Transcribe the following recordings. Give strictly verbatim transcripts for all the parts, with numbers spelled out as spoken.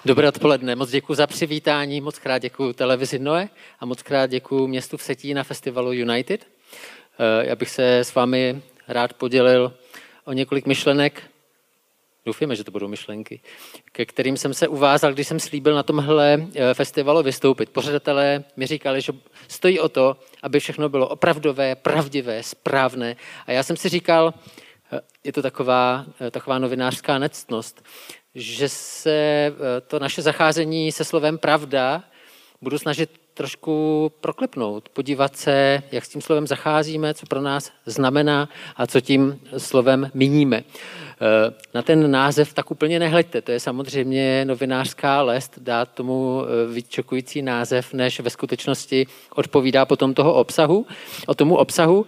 Dobré odpoledne, moc děkuji za přivítání, moc krát děkuji televizi Noe a moc krát děkuji městu Vsetí na festivalu United. Já bych se s vámi rád podělil o několik myšlenek, doufáme, že to budou myšlenky, ke kterým jsem se uvázal, když jsem slíbil na tomhle festivalu vystoupit. Pořadatelé mi říkali, že stojí o to, aby všechno bylo opravdové, pravdivé, správné. A já jsem si říkal, je to taková, taková novinářská nectnost, že se to naše zacházení se slovem pravda budu snažit trošku proklepnout, podívat se, jak s tím slovem zacházíme, co pro nás znamená a co tím slovem míníme. Na ten název tak úplně nehleďte, to je samozřejmě novinářská lest, dát tomu vyčokující název, než ve skutečnosti odpovídá potom toho obsahu, o tomu obsahu.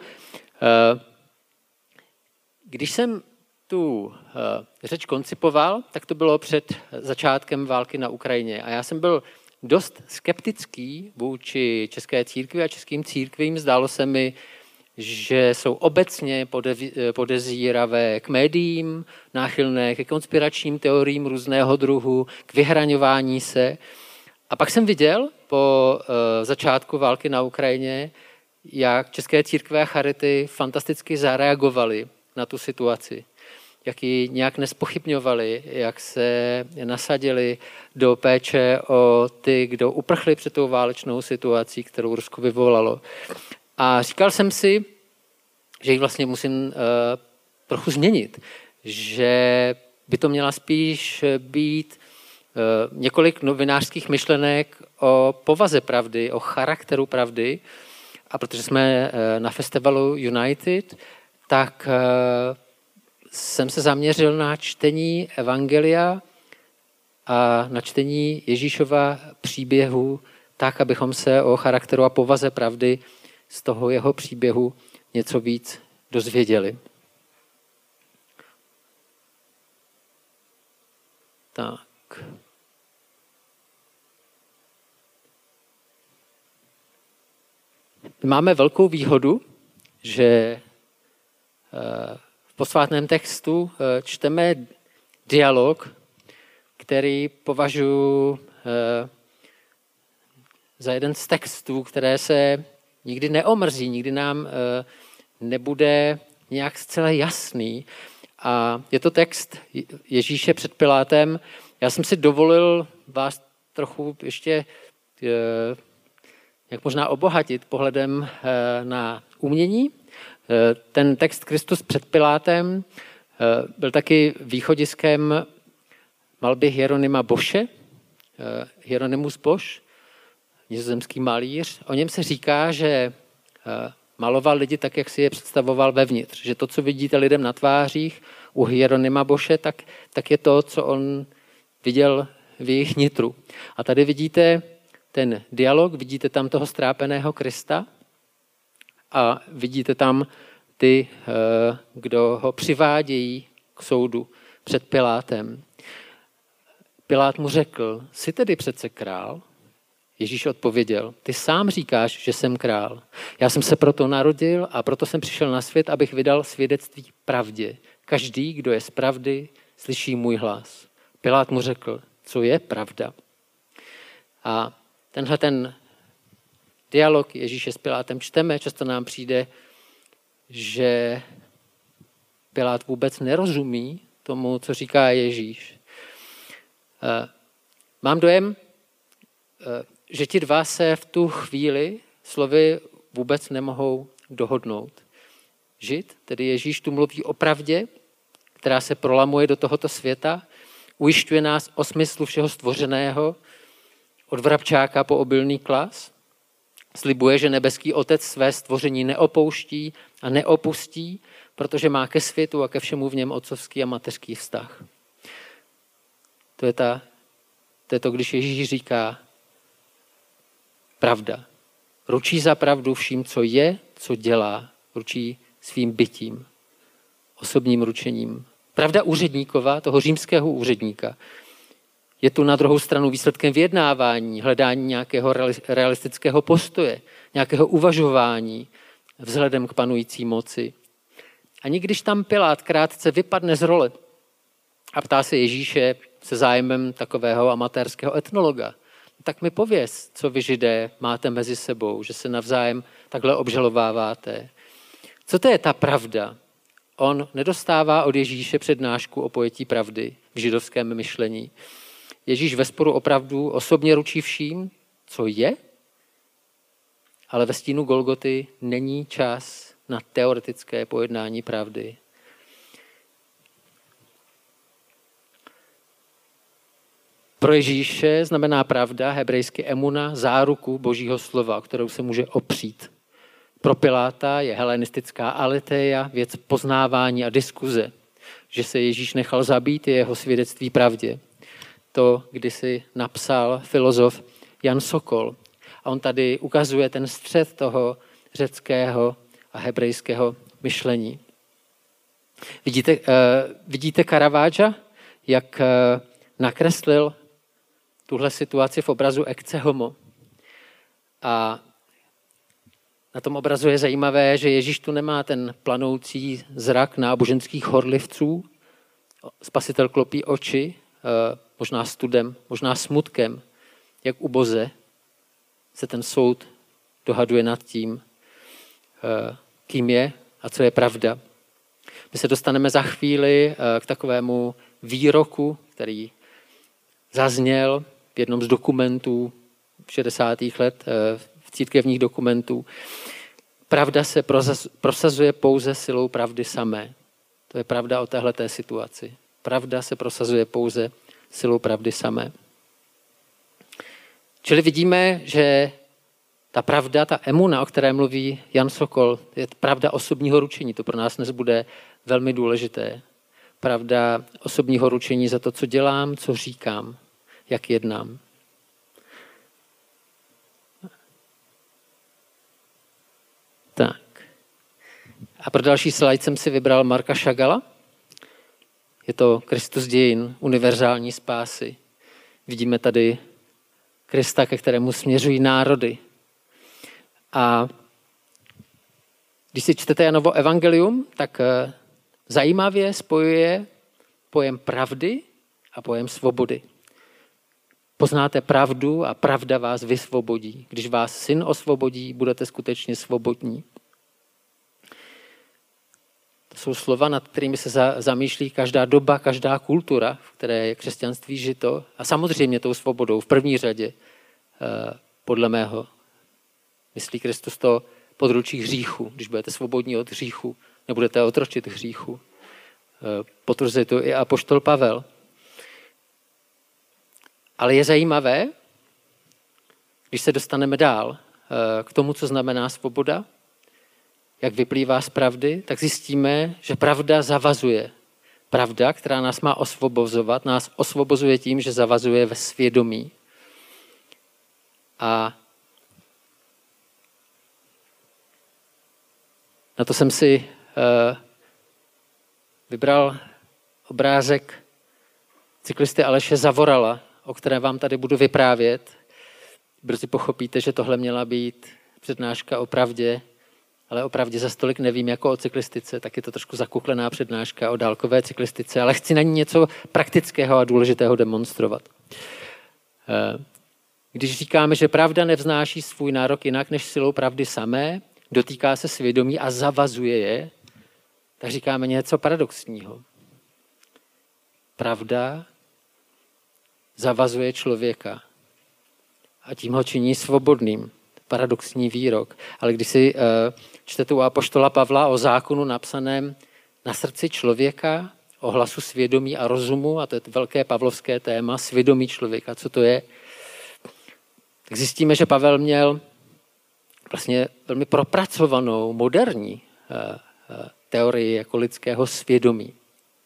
Když jsem tu uh, řeč koncipoval, tak to bylo před začátkem války na Ukrajině. A já jsem byl dost skeptický vůči české církvi a českým církvím. Zdálo se mi, že jsou obecně podezíravé k médiím, náchylné ke konspiračním teoriím různého druhu, k vyhraňování se. A pak jsem viděl po uh, začátku války na Ukrajině, jak české církve a charity fantasticky zareagovaly na tu situaci, jak ji nějak nespochybňovali, jak se nasadili do péče o ty, kdo uprchli před tou válečnou situací, kterou Rusko vyvolalo. A říkal jsem si, že ji vlastně musím uh, trochu změnit, že by to měla spíš být uh, několik novinářských myšlenek o povaze pravdy, o charakteru pravdy. A protože jsme uh, na festivalu United, tak uh, jsem se zaměřil na čtení Evangelia a na čtení Ježíšova příběhu tak, abychom se o charakteru a povaze pravdy z toho jeho příběhu něco víc dozvěděli. Tak. My máme velkou výhodu, že v posvátném textu čteme dialog, který považuji za jeden z textů, které se nikdy neomrzí, nikdy nám nebude nějak zcela jasný. A je to text Ježíše před Pilátem. Já jsem si dovolil vás trochu ještě jak možná obohatit pohledem na umění. Ten text Kristus před Pilátem byl taky východiskem malby Hieronyma Bosche, Hieronymus Bosch, nizozemský malíř. O něm se říká, že maloval lidi tak, jak si je představoval vevnitř. Že to, co vidíte lidem na tvářích u Hieronyma Bosche, tak, tak je to, co on viděl v jejich nitru. A tady vidíte ten dialog, vidíte tam toho strápeného Krista, a vidíte tam ty, kdo ho přivádějí k soudu před Pilátem. Pilát mu řekl, jsi tedy přece král? Ježíš odpověděl, ty sám říkáš, že jsem král. Já jsem se proto narodil a proto jsem přišel na svět, abych vydal svědectví pravdě. Každý, kdo je z pravdy, slyší můj hlas. Pilát mu řekl, co je pravda? A tenhle ten dialog Ježíše s Pilátem čteme, často nám přijde, že Pilát vůbec nerozumí tomu, co říká Ježíš. Mám dojem, že ti dva se v tu chvíli slovy vůbec nemohou dohodnout. Žid, tedy Ježíš, tu mluví o pravdě, která se prolamuje do tohoto světa, ujišťuje nás o smyslu všeho stvořeného, od vrabčáka po obilný klas, slibuje, že nebeský Otec své stvoření neopouští a neopustí, protože má ke světu a ke všemu v něm otcovský a mateřský vztah. To je, ta, to je to, když Ježíš říká pravda. Ručí za pravdu vším, co je, co dělá. Ručí svým bytím, osobním ručením. Pravda úředníkova, toho římského úředníka, je tu na druhou stranu výsledkem vyjednávání, hledání nějakého realistického postoje, nějakého uvažování vzhledem k panující moci. Ani když tam Pilát krátce vypadne z role a ptá se Ježíše, se zájmem takového amatérského etnologa. Tak mi pověz, co vy Židé máte mezi sebou, že se navzájem takhle obžalováváte. Co to je ta pravda? On nedostává od Ježíše přednášku o pojetí pravdy v židovském myšlení. Ježíš ve sporu opravdu osobně ručí vším, co je, ale ve stínu Golgoty není čas na teoretické pojednání pravdy. Pro Ježíše znamená pravda, hebrejsky emuna, záruku Božího slova, o kterou se může opřít. Pro Piláta je helenistická aletheia, věc poznávání a diskuze. Že se Ježíš nechal zabít, je jeho svědectví pravdě. To kdysi napsal filozof Jan Sokol. A on tady ukazuje ten střed toho řeckého a hebrejského myšlení. Vidíte, uh, vidíte Caravaggia, jak uh, nakreslil tuhle situaci v obrazu Ecce Homo. A na tom obrazu je zajímavé, že Ježíš tu nemá ten planoucí zrak náboženských horlivců. Spasitel klopí oči, možná studem, možná smutkem, jak u Boze se ten soud dohaduje nad tím, kým je a co je pravda. My se dostaneme za chvíli k takovému výroku, který zazněl v jednom z dokumentů šedesátých let, v církevních dokumentů. Pravda se prosazuje pouze silou pravdy samé. To je pravda o téhleté situaci. Pravda se prosazuje pouze silou pravdy samé. Čili vidíme, že ta pravda, ta emuna, o které mluví Jan Sokol, je pravda osobního ručení. To pro nás dnes bude velmi důležité. Pravda osobního ručení za to, co dělám, co říkám, jak jednám. Tak. A pro další slide jsem si vybral Marka Chagalla. Je to Kristus dějin, univerzální spásy. Vidíme tady Krista, ke kterému směřují národy. A když si čtete Janovo evangelium, tak zajímavě spojuje pojem pravdy a pojem svobody. Poznáte pravdu a pravda vás vysvobodí. Když vás syn osvobodí, budete skutečně svobodní. To jsou slova, nad kterými se za, zamýšlí každá doba, každá kultura, v které je křesťanství žito. A samozřejmě tou svobodou v první řadě, podle mého, myslí Kristus to područí hříchu. Když budete svobodní od hříchu, nebudete otročit hříchu. Potvrzuje to i apoštol Pavel. Ale je zajímavé, když se dostaneme dál k tomu, co znamená svoboda, jak vyplývá z pravdy, tak zjistíme, že pravda zavazuje. Pravda, která nás má osvobozovat, nás osvobozuje tím, že zavazuje ve svědomí. A na to jsem si uh, vybral obrázek cyklisty Aleše Zavorala, o které vám tady budu vyprávět. Brzy pochopíte, že tohle měla být přednáška o pravdě, ale o pravdě za stolik nevím jako o cyklistice, tak je to trošku zakuchlená přednáška o dálkové cyklistice, ale chci na ní něco praktického a důležitého demonstrovat. Když říkáme, že pravda nevznáší svůj nárok jinak než silou pravdy samé, dotýká se svědomí a zavazuje je, tak říkáme něco paradoxního. Pravda zavazuje člověka a tím ho činí svobodným. Paradoxní výrok. Ale když si uh, čtete u apoštola Pavla o zákonu napsaném na srdci člověka, o hlasu svědomí a rozumu, a to je velké pavlovské téma, svědomí člověka, co to je, tak zjistíme, že Pavel měl vlastně velmi propracovanou, moderní uh, uh, teorii jako lidského svědomí.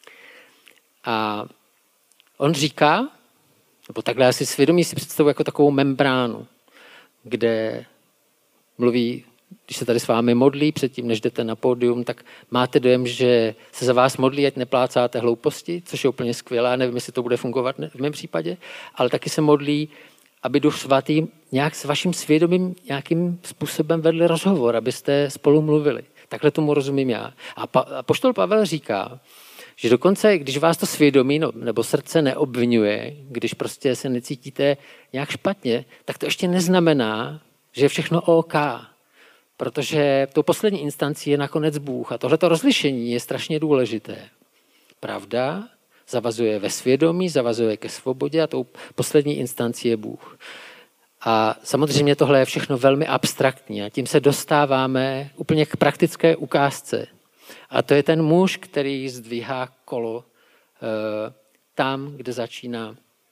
A on říká, nebo takhle já si svědomí si představuji jako takovou membránu, kde mluví, když se tady s vámi modlí, předtím, než jdete na pódium, tak máte dojem, že se za vás modlí, ať neplácáte hlouposti, což je úplně skvělé, nevím, jestli to bude fungovat v mém případě, ale taky se modlí, aby Duch Svatý nějak s vaším svědomím nějakým způsobem vedli rozhovor, abyste spolu mluvili. Takhle tomu rozumím já. A apoštol Pavel říká, Že dokonce, když vás to svědomí no, nebo srdce neobvinuje, když prostě se necítíte nějak špatně, tak to ještě neznamená, že je všechno OK. Protože tou poslední instancí je nakonec Bůh. A tohleto rozlišení je strašně důležité. Pravda zavazuje ve svědomí, zavazuje ke svobodě a tou poslední instancí je Bůh. A samozřejmě tohle je všechno velmi abstraktní a tím se dostáváme úplně k praktické ukázce. A to je ten muž, který zdvíhá kolo e, tam, kde začíná,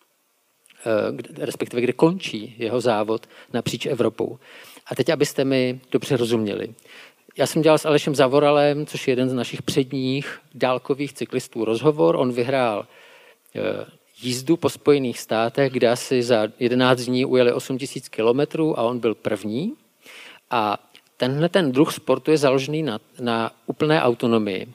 e, kde, respektive kde končí jeho závod napříč Evropou. A teď, abyste mi dobře rozuměli. Já jsem dělal s Alešem Zavoralem, což je jeden z našich předních dálkových cyklistů, rozhovor. On vyhrál e, jízdu po Spojených státech, kde asi za jedenáct dní ujeli osm tisíc kilometrů a on byl první. A tenhle ten druh sportu je založený na, na úplné autonomii.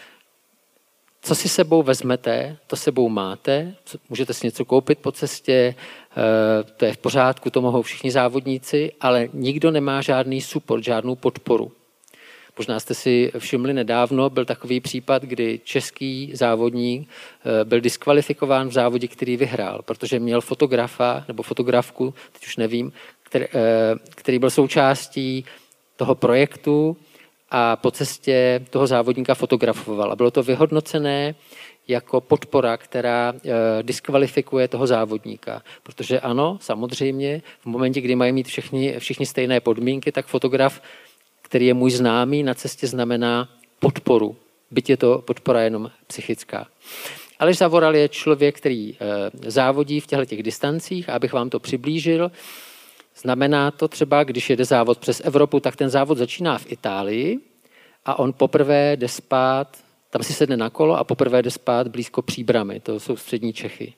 Co si sebou vezmete, to sebou máte, můžete si něco koupit po cestě, to je v pořádku, to mohou všichni závodníci, ale nikdo nemá žádný support, žádnou podporu. Možná jste si všimli nedávno, byl takový případ, kdy český závodník byl diskvalifikován v závodě, který vyhrál, protože měl fotografa nebo fotografku, teď už nevím, který, který byl součástí toho projektu a po cestě toho závodníka fotografoval. A bylo to vyhodnocené jako podpora, která diskvalifikuje toho závodníka. Protože ano, samozřejmě, v momentě, kdy mají mít všichni, všichni stejné podmínky, tak fotograf, který je můj známý, na cestě znamená podporu. Byť je to podpora jenom psychická. Aleš Zavoral je člověk, který závodí v těchto distancích, a abych vám to přiblížil, znamená to třeba, když jede závod přes Evropu, tak ten závod začíná v Itálii a on poprvé jde spát, tam si sedne na kolo a poprvé jde spát blízko Příbrami, to jsou střední Čechy.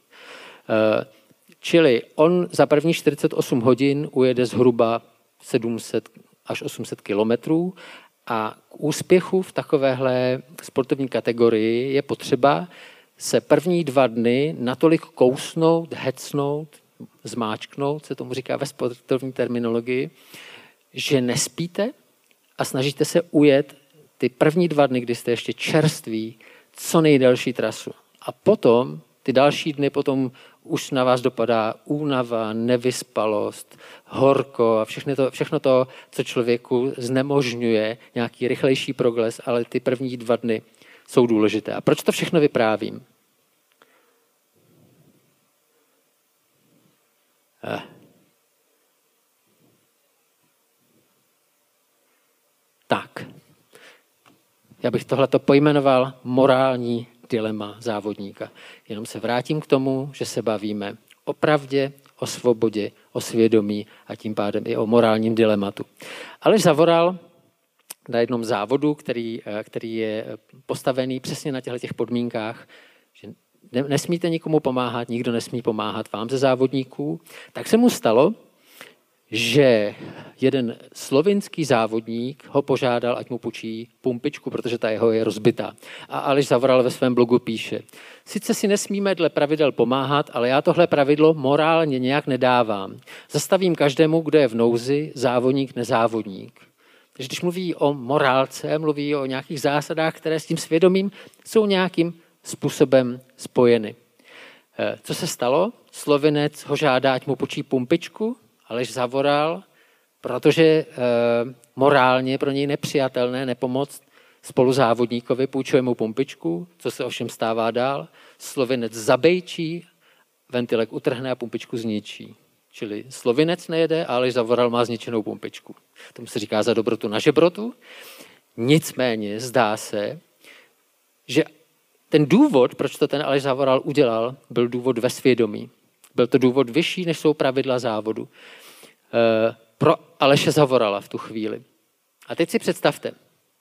Čili on za první čtyřicet osm hodin ujede zhruba sedm set až osm set kilometrů a k úspěchu v takovéhle sportovní kategorii je potřeba se první dva dny natolik kousnout, hecnout, zmáčknout, se tomu říká ve sportovní terminologii, že nespíte a snažíte se ujet ty první dva dny, kdy jste ještě čerství, co nejdelší trasu. A potom, ty další dny potom už na vás dopadá únava, nevyspalost, horko a všechno to, všechno to, co člověku znemožňuje nějaký rychlejší progres, ale ty první dva dny jsou důležité. A proč to všechno vyprávím? Eh. Tak. Já bych tohleto pojmenoval morální dilema závodníka. Jenom se vrátím k tomu, že se bavíme o pravdě, o svobodě, o svědomí a tím pádem i o morálním dilematu. Aleš Zavoral na jednom závodu, který, který je postavený přesně na těchto podmínkách, že nesmíte nikomu pomáhat, nikdo nesmí pomáhat vám ze závodníků, tak se mu stalo, že jeden slovinský závodník ho požádal, ať mu půjčí pumpičku, protože ta jeho je rozbitá. A Aleš Zavoral ve svém blogu píše, sice si nesmíme dle pravidel pomáhat, ale já tohle pravidlo morálně nějak nedávám. Zastavím každému, kdo je v nouzi, závodník, nezávodník. Takže když mluví o morálce, mluví o nějakých zásadách, které s tím svědomím jsou nějakým způsobem spojeny. Co se stalo? Slovinec ho žádá, ať mu půjčí pumpičku, Aleš Zavoral, protože e, morálně pro něj nepřijatelné nepomoct spoluzávodníkovi, půjčuje mu pumpičku, co se ovšem stává dál. Slovinec zabejčí, ventilek utrhne a pumpičku zničí. Čili slovinec nejede, a Aleš Zavoral má zničenou pumpičku. Tomu se říká za dobrotu na žebrotu. Nicméně zdá se, že ten důvod, proč to ten Aleš Zavoral udělal, byl důvod ve svědomí. Byl to důvod vyšší, než jsou pravidla závodu. E, pro Aleše Zavorala v tu chvíli. A teď si představte,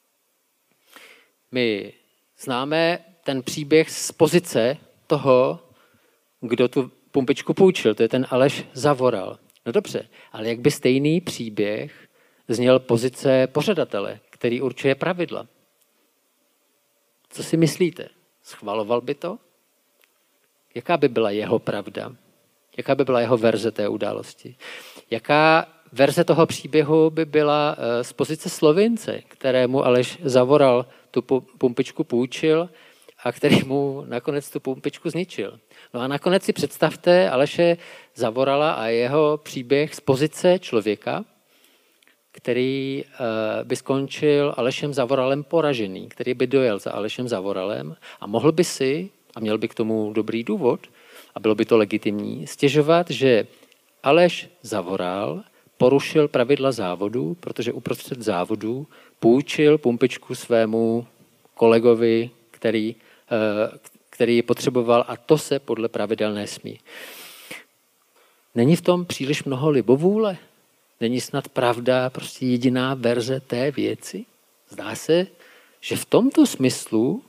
my známe ten příběh z pozice toho, kdo tu pumpičku půjčil, to je ten Aleš Zavoral. No dobře, ale jak by stejný příběh zněl pozice pořadatele, který určuje pravidla? Co si myslíte? Schvaloval by to? Jaká by byla jeho pravda? Jaká by byla jeho verze té události? Jaká verze toho příběhu by byla z pozice Slovince, kterému Aleš Zavoral tu pumpičku půjčil a který mu nakonec tu pumpičku zničil. No a nakonec si představte Aleše Zavorala a jeho příběh z pozice člověka, který by skončil Alešem Zavoralem poražený, který by dojel za Alešem Zavoralem a mohl by si, a měl by k tomu dobrý důvod, a bylo by to legitimní, stěžovat, že Aleš Zavoral porušil pravidla závodu, protože uprostřed závodu půjčil pumpičku svému kolegovi, který, který ji potřeboval, a to se podle pravidel nesmí. Není v tom příliš mnoho libovůle? Není snad pravda prostě jediná verze té věci? Zdá se, že v tomto smyslu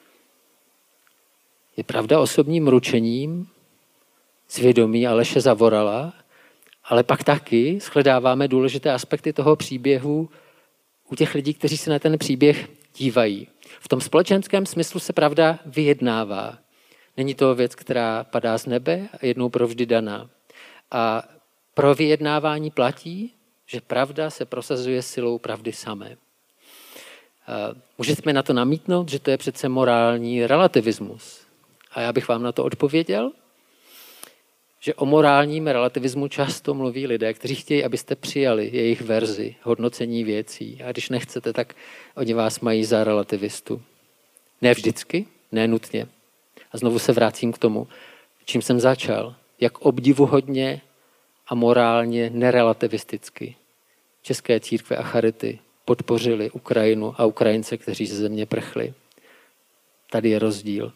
je pravda osobním ručením svědomí Aleše Zavorala, ale pak taky shledáváme důležité aspekty toho příběhu u těch lidí, kteří se na ten příběh dívají. V tom společenském smyslu se pravda vyjednává. Není to věc, která padá z nebe a jednou provždy daná. A pro vyjednávání platí, že pravda se prosazuje silou pravdy samé. Můžete mi na to namítnout, že to je přece morální relativismus. A já bych vám na to odpověděl, že o morálním relativismu často mluví lidé, kteří chtějí, abyste přijali jejich verzi hodnocení věcí. A když nechcete, tak oni vás mají za relativistu. Ne vždycky, ne nutně. A znovu se vrátím k tomu, čím jsem začal. Jak obdivuhodně a morálně nerelativisticky české církve a charity podpořili Ukrajinu a Ukrajince, kteří ze země prchli. Tady je rozdíl.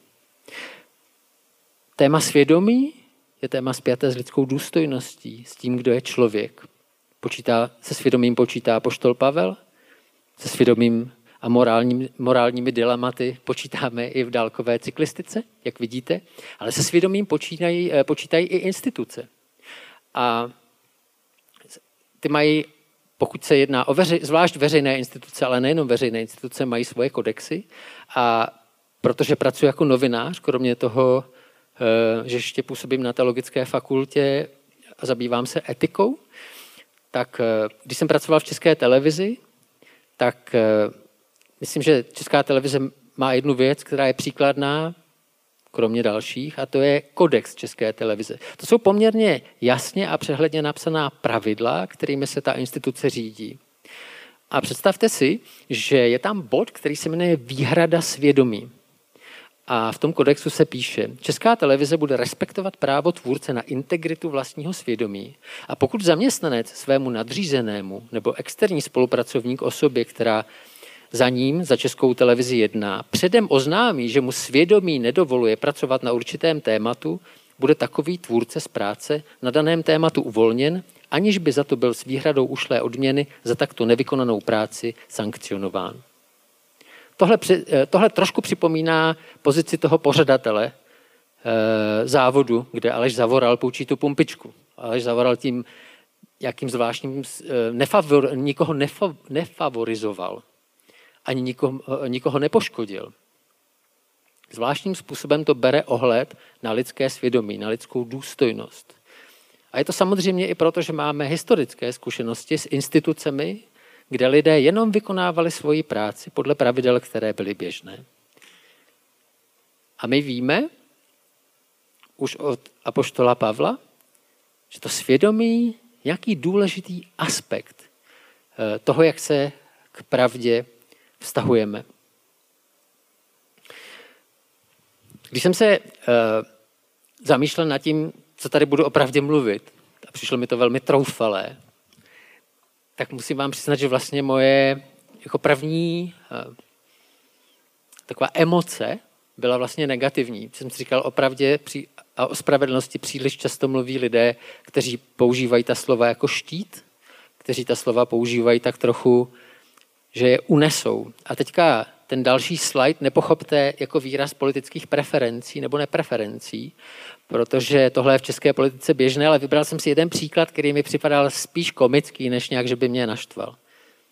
Téma svědomí je téma spjaté s lidskou důstojností, s tím, kdo je člověk. Počítá, se svědomím počítá apoštol Pavel, se svědomím a morálním, morálními dilematy počítáme i v dálkové cyklistice, jak vidíte, ale se svědomím počítají, počítají i instituce. A ty mají, pokud se jedná o veři, zvlášť veřejné instituce, ale nejenom veřejné instituce, mají svoje kodexy. A protože pracuji jako novinář, kromě toho, že ještě působím na teologické fakultě a zabývám se etikou, tak když jsem pracoval v České televizi, tak myslím, že Česká televize má jednu věc, která je příkladná, kromě dalších, a to je kodex České televize. To jsou poměrně jasně a přehledně napsaná pravidla, kterými se ta instituce řídí. A představte si, že je tam bod, který se jmenuje výhrada svědomí. A v tom kodexu se píše, Česká televize bude respektovat právo tvůrce na integritu vlastního svědomí a pokud zaměstnanec svému nadřízenému nebo externí spolupracovník osobě, která za ním, za Českou televizi jedná, předem oznámí, že mu svědomí nedovoluje pracovat na určitém tématu, bude takový tvůrce z práce na daném tématu uvolněn, aniž by za to byl s výhradou ušlé odměny za takto nevykonanou práci sankcionován. Tohle, tohle trošku připomíná pozici toho pořadatele e, závodu, kde Aleš Zavoral poučí tu pumpičku. Aleš Zavoral tím, jakým zvláštním e, nefavor, nikoho nefa, nefavorizoval, ani nikoho, nikoho nepoškodil. Zvláštním způsobem to bere ohled na lidské svědomí, na lidskou důstojnost. A je to samozřejmě i proto, že máme historické zkušenosti s institucemi, kde lidé jenom vykonávali svoji práci podle pravidel, které byly běžné. A my víme už od apoštola Pavla, že to svědomí, jaký důležitý aspekt toho, jak se k pravdě vztahujeme. Když jsem se uh, zamýšlel nad tím, co tady budu o pravdě mluvit, a přišlo mi to velmi troufalé, tak musím vám přiznat, že vlastně moje jako první uh, taková emoce byla vlastně negativní. Jsem si říkal, o pravdě a o spravedlnosti příliš často mluví lidé, kteří používají ta slova jako štít, kteří ta slova používají tak trochu, že je unesou. A teďka ten další slide nepochopte jako výraz politických preferencí nebo nepreferencí, protože tohle je v české politice běžné, ale vybral jsem si jeden příklad, který mi připadal spíš komický, než nějak, že by mě naštval. Uh,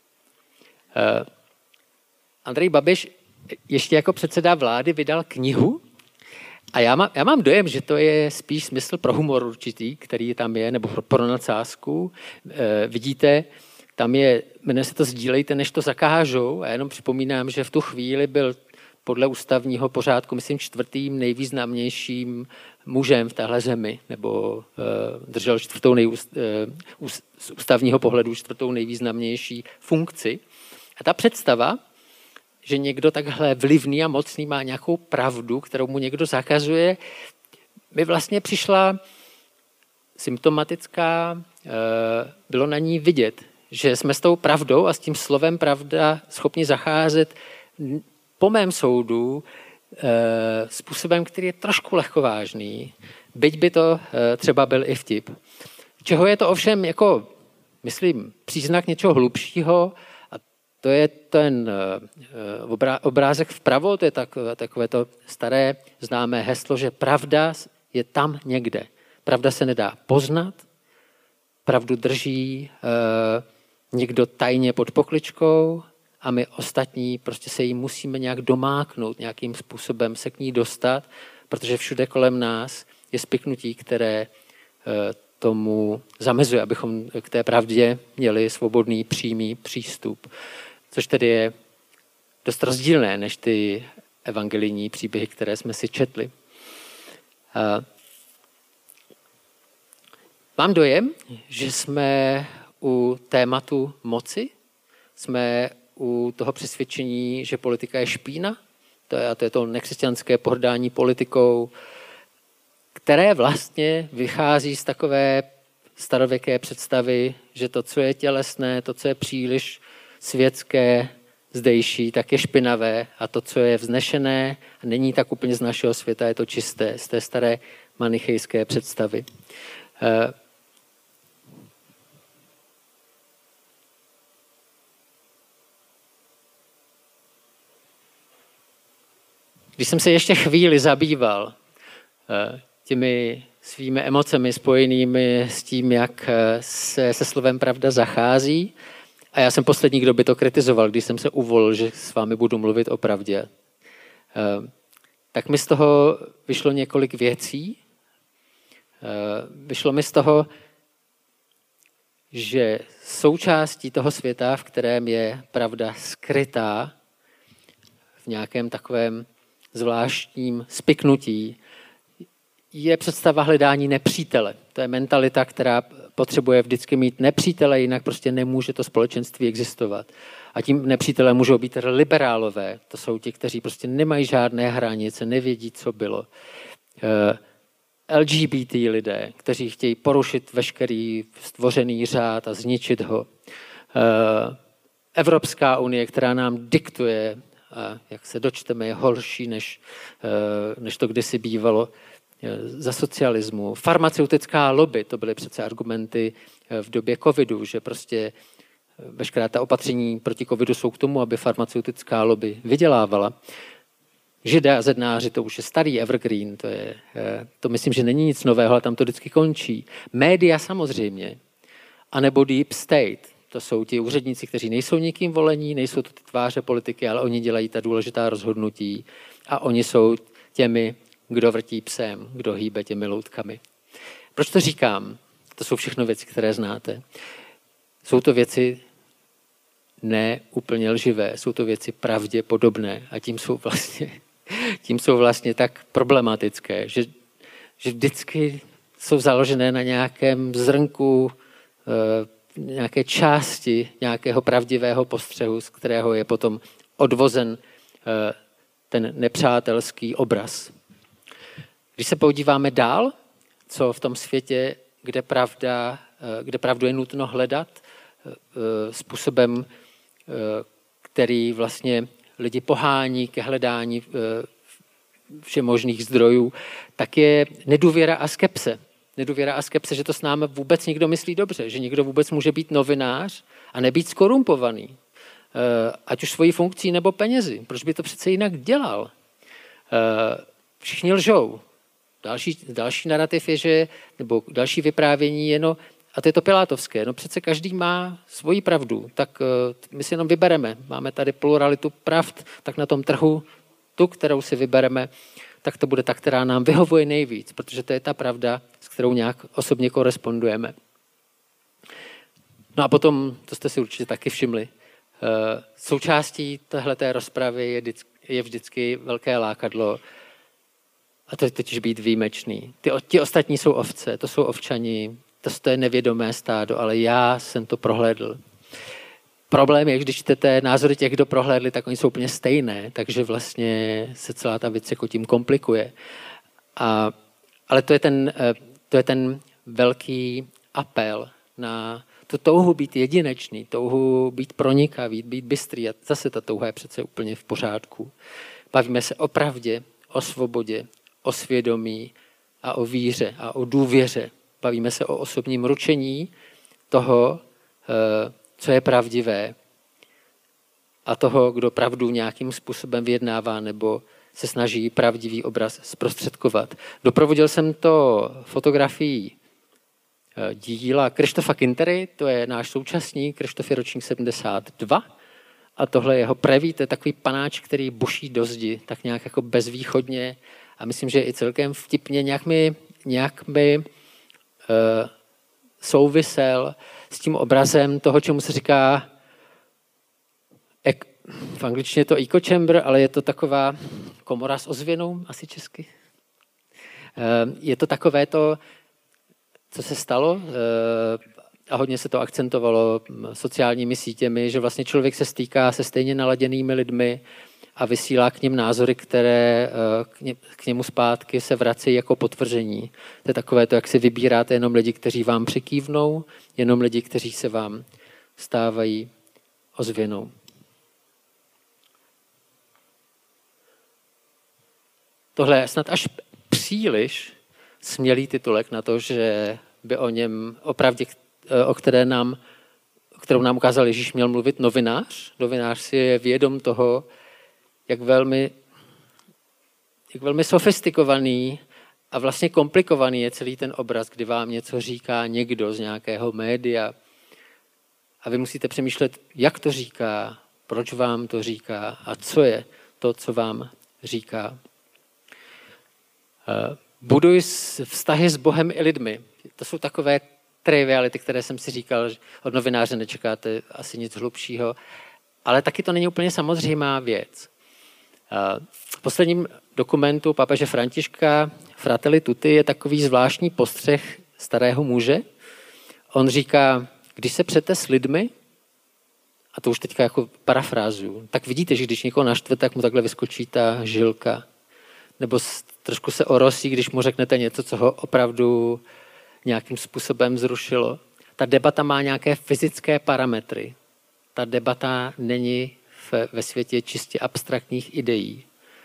Andrej Babiš ještě jako předseda vlády vydal knihu a já, má, já mám dojem, že to je spíš smysl pro humor určitý, který tam je, nebo pro, pro nadsázku. Uh, vidíte, tam je, jmenuje se to Sdílejte, než to zakážou. A jenom připomínám, že v tu chvíli byl podle ústavního pořádku, myslím, čtvrtým nejvýznamnějším mužem v téhle zemi, nebo uh, držel čtvrtou nejúst, uh, z ústavního pohledu čtvrtou nejvýznamnější funkci. A ta představa, že někdo takhle vlivný a mocný má nějakou pravdu, kterou mu někdo zakazuje, mi vlastně přišla symptomatická, bylo na ní vidět, že jsme s tou pravdou a s tím slovem pravda schopni zacházet po mém soudu způsobem, který je trošku lehkovážný, byť by to třeba byl i vtip. Čeho je to ovšem jako, myslím, příznak něčeho hlubšího, a to je ten obrázek vpravo, to je takové, takové to staré známé heslo, že pravda je tam někde. Pravda se nedá poznat, pravdu drží eh, někdo tajně pod pokličkou a my ostatní prostě se jí musíme nějak domáknout, nějakým způsobem se k ní dostat, protože všude kolem nás je spiknutí, které eh, tomu zamezuje, abychom k té pravdě měli svobodný, přímý přístup. Což tedy je dost rozdílné než ty evangelijní příběhy, které jsme si četli. Eh, Mám dojem, že jsme u tématu moci, jsme u toho přesvědčení, že politika je špína, to je, a to je to nekřesťanské pohrdání politikou, které vlastně vychází z takové starověké představy, že to, co je tělesné, to, co je příliš světské, zdejší, tak je špinavé a to, co je vznešené, není tak úplně z našeho světa, je to čisté, z té staré manichejské představy. Když jsem se ještě chvíli zabýval těmi svými emocemi spojenými s tím, jak se se slovem pravda zachází, a já jsem poslední, kdo by to kritizoval, když jsem se uvolil, že s vámi budu mluvit o pravdě, tak mi z toho vyšlo několik věcí. Vyšlo mi z toho, že součástí toho světa, v kterém je pravda skrytá, v nějakém takovém zvláštním spiknutí, je představa hledání nepřítele. To je mentalita, která potřebuje vždycky mít nepřítele, jinak prostě nemůže to společenství existovat. A tím nepřítelé můžou být liberálové. To jsou ti, kteří prostě nemají žádné hranice, nevědí, co bylo. L G B T lidé, kteří chtějí porušit veškerý stvořený řád a zničit ho. Evropská unie, která nám diktuje, a jak se dočteme, je horší, než, než to kdysi bývalo za socialismu. Farmaceutická lobby, to byly přece argumenty v době covidu, že prostě veškerá ta opatření proti covidu jsou k tomu, aby farmaceutická lobby vydělávala. Židé a zednáři, to už je starý evergreen, to, je, to myslím, že není nic nového, ale tam to vždycky končí. Média samozřejmě, anebo deep state. To jsou ti úředníci, kteří nejsou nikým volení, nejsou to ty tváře politiky, ale oni dělají ta důležitá rozhodnutí a oni jsou těmi, kdo vrtí psem, kdo hýbe těmi loutkami. Proč to říkám? To jsou všechno věci, které znáte. Jsou to věci ne úplně lživé, jsou to věci pravděpodobné a tím jsou vlastně, tím jsou vlastně tak problematické, že, že vždycky jsou založené na nějakém zrnku, nějaké části nějakého pravdivého postřehu, z kterého je potom odvozen ten nepřátelský obraz. Když se podíváme dál, co v tom světě, kde, pravda, kde pravdu je nutno hledat, způsobem, který vlastně lidi pohání ke hledání všemožných zdrojů, tak je nedůvěra a skepse. Nedůvěra a skepse, že to s námi vůbec někdo myslí dobře, že někdo vůbec může být novinář a nebýt skorumpovaný, ať už svojí funkcí nebo penězi. Proč by to přece jinak dělal? Všichni lžou. Další, další narrativ je, že, nebo další vyprávění je, no, a to je to pilátovské, no přece každý má svoji pravdu, tak my si jenom vybereme. Máme tady pluralitu pravd, tak na tom trhu tu, kterou si vybereme, tak to bude ta, která nám vyhovuje nejvíc, protože to je ta pravda, s kterou nějak osobně korespondujeme. No a potom, to jste si určitě taky všimli, součástí téhleté rozpravy je je vždycky velké lákadlo. A to je totiž být výjimečný. Ty, ti ostatní jsou ovce, to jsou ovčani, to, to je nevědomé stádo, ale já jsem to prohlédl. Problém je, když čtete názory těch, kdo prohlédli, tak oni jsou úplně stejné, takže vlastně se celá ta věc jako tím komplikuje. A, ale to je, ten, to je ten velký apel na tu touhu být jedinečný, touhu být pronikavý, být bystrý. A zase ta touha je přece úplně v pořádku. Bavíme se o pravdě, o svobodě, o svědomí a o víře a o důvěře. Bavíme se o osobním ručení toho, co je pravdivé a toho, kdo pravdu nějakým způsobem vyjednává nebo se snaží pravdivý obraz zprostředkovat. Doprovodil jsem to fotografií díla Krištofa Kintery, to je náš současník, Krištof je ročník sedmdesát dva a tohle je jeho preví, to je takový panáč, který buší do zdi, tak nějak jako bezvýchodně a myslím, že i celkem vtipně nějak mi, nějak mi uh, souvisel s tím obrazem toho, čemu se říká, ek, v angličtině je to echo chamber, ale je to taková komora s ozvěnou, asi česky. Uh, je to takové to, co se stalo, a hodně se to akcentovalo sociálními sítěmi, že vlastně člověk se stýká se stejně naladěnými lidmi a vysílá k nim názory, které k němu zpátky se vrací jako potvrzení. To je takové to, jak si vybíráte jenom lidi, kteří vám přikývnou, jenom lidi, kteří se vám stávají ozvěnou. Tohle je snad až příliš smělý titulek na to, že by o něm opravdu, o které nám, kterou nám ukázal Ježíš, měl mluvit novinář. Novinář si je vědom toho, jak velmi, jak velmi sofistikovaný a vlastně komplikovaný je celý ten obraz, kdy vám něco říká někdo z nějakého média a vy musíte přemýšlet, jak to říká, proč vám to říká a co je to, co vám říká. Buduj vztahy s Bohem i lidmi. To jsou takové triviality, které jsem si říkal, že od novináře nečekáte asi nic hlubšího, ale taky to není úplně samozřejmá věc. V posledním dokumentu papeže Františka Fratelli Tutti je takový zvláštní postřeh starého muže. On říká, když se přete s lidmi, a to už teďka jako parafrázuju, tak vidíte, že když někoho naštve, tak mu takhle vyskočí ta žilka. Nebo trošku se orosí, když mu řeknete něco, co ho opravdu nějakým způsobem zrušilo. Ta debata má nějaké fyzické parametry. Ta debata není ve světě čistě abstraktních ideí.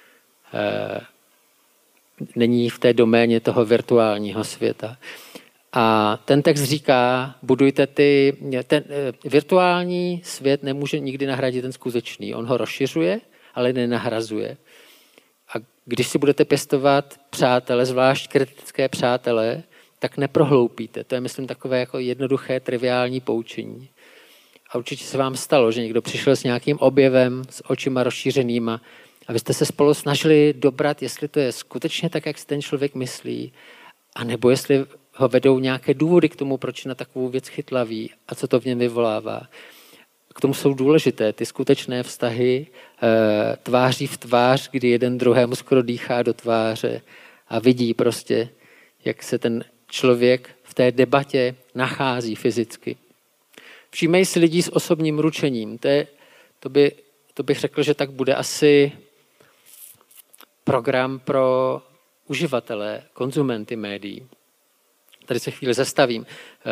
Není v té doméně toho virtuálního světa. A ten text říká, budujte ty... Ten virtuální svět nemůže nikdy nahradit ten skutečný. On ho rozšiřuje, ale nenahrazuje. A když si budete pěstovat přátele, zvlášť kritické přátele, tak neprohloupíte. To je, myslím, takové jako jednoduché, triviální poučení. A určitě se vám stalo, že někdo přišel s nějakým objevem, s očima rozšířenýma a vy jste se spolu snažili dobrat, jestli to je skutečně tak, jak si ten člověk myslí, anebo jestli ho vedou nějaké důvody k tomu, proč na takovou věc chytlavý a co to v něm vyvolává. K tomu jsou důležité ty skutečné vztahy e, tváří v tvář, kdy jeden druhému skoro dýchá do tváře a vidí prostě, jak se ten člověk v té debatě nachází fyzicky. Všímej si lidí s osobním ručením. To, je, to, by, to bych řekl, že tak bude asi program pro uživatele, konzumenty médií. Tady se chvíli zastavím.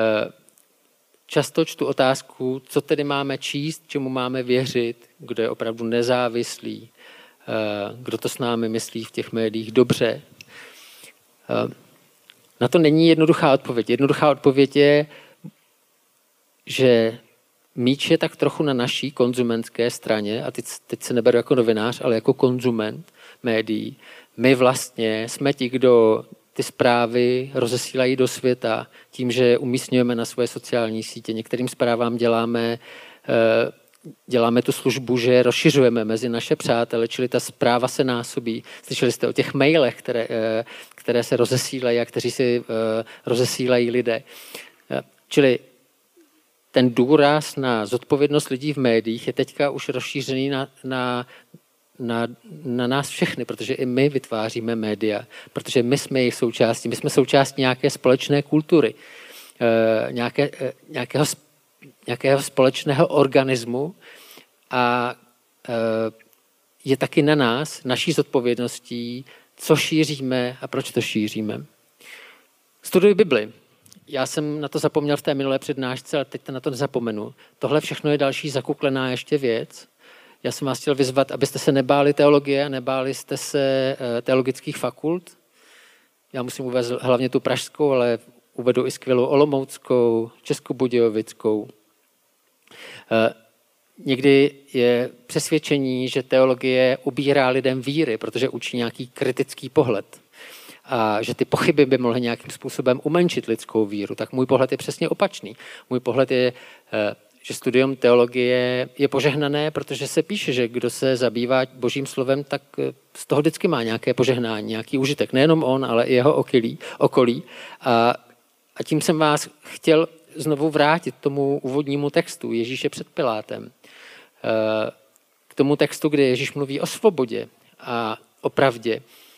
Často čtu otázku, co tedy máme číst, čemu máme věřit, kdo je opravdu nezávislý, kdo to s námi myslí v těch médiích dobře. Na to není jednoduchá odpověď. Jednoduchá odpověď je, že míč je tak trochu na naší konzumentské straně, a teď, teď se neberu jako novinář, ale jako konzument médií. My vlastně jsme ti, kdo ty zprávy rozesílají do světa tím, že umísťujeme na svoje sociální sítě. Některým zprávám děláme, děláme tu službu, že rozšiřujeme mezi naše přátele, čili ta zpráva se násobí. Slyšeli jste o těch mailech, které, které se rozesílají a kteří si rozesílají lidé. Čili ten důraz na zodpovědnost lidí v médiích je teďka už rozšířený na, na na, na nás všechny, protože i my vytváříme média, protože my jsme jejich součástí, my jsme součástí nějaké společné kultury, e, nějaké, e, nějakého, nějakého společného organismu a e, je taky na nás, naší zodpovědností, co šíříme a proč to šíříme. Studuji Bibli. Já jsem na to zapomněl v té minulé přednášce, ale teď na to nezapomenu. Tohle všechno je další zakuklená ještě věc. Já jsem vás chtěl vyzvat, abyste se nebáli teologie a nebáli jste se teologických fakult. Já musím uvést hlavně tu pražskou, ale uvedu i skvělou olomouckou, českobudějovickou. Někdy je přesvědčení, že teologie ubírá lidem víry, protože učí nějaký kritický pohled. A že ty pochyby by mohly nějakým způsobem umenšit lidskou víru. Tak můj pohled je přesně opačný. Můj pohled je, že studium teologie je požehnané, protože se píše, že kdo se zabývá Božím slovem, tak z toho vždycky má nějaké požehnání, nějaký užitek. Nejenom on, ale i jeho okolí. okolí. A, a tím jsem vás chtěl znovu vrátit tomu úvodnímu textu Ježíše před Pilátem. K tomu textu, kde Ježíš mluví o svobodě a o pravdě.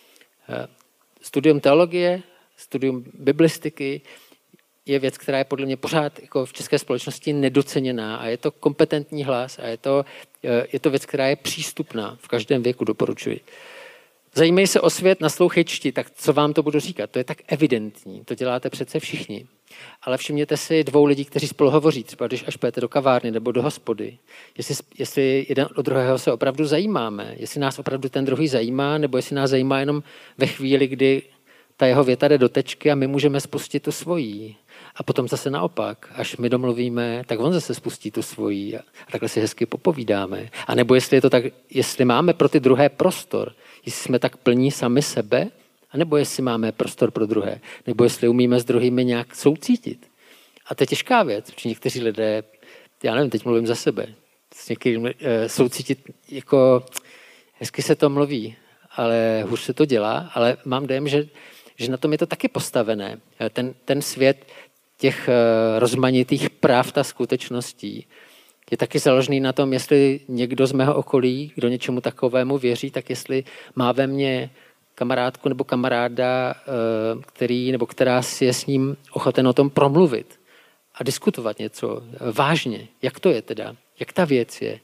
Studium teologie, studium biblistiky je věc, která je podle mě pořád jako v české společnosti nedoceněná a je to kompetentní hlas a je to, je to věc, která je přístupná. V každém věku doporučuji. Zajímej se o svět, naslouchej, čti, tak co vám to budu říkat? To je tak evidentní, to děláte přece všichni. Ale všimněte si dvou lidí, kteří spolu hovoří, třeba když až půjdete do kavárny nebo do hospody. Jestli, jestli jeden od druhého se opravdu zajímáme, jestli nás opravdu ten druhý zajímá, nebo jestli nás zajímá jenom ve chvíli, kdy ta jeho věta jde do tečky a my můžeme spustit tu svojí. A potom zase naopak, až my domluvíme, tak on zase spustí tu svojí a takhle si hezky popovídáme. A nebo jestli je to tak, jestli máme pro ty druhé prostor, jestli jsme tak plní sami sebe, a nebo jestli máme prostor pro druhé, nebo jestli umíme s druhými nějak soucítit. A to je těžká věc, protože někteří lidé, já nevím, teď mluvím za sebe, s někým soucítit, jako hezky se to mluví, ale hůř se to dělá, ale mám dojem, že, že na tom je to taky postavené. Ten, ten svět těch rozmanitých pravd a skutečností je taky založený na tom, jestli někdo z mého okolí, kdo něčemu takovému věří, tak jestli má ve mně kamarádku nebo kamaráda, který, nebo která si je s ním ochoten o tom promluvit a diskutovat něco vážně. Jak to je teda? Jak ta věc je?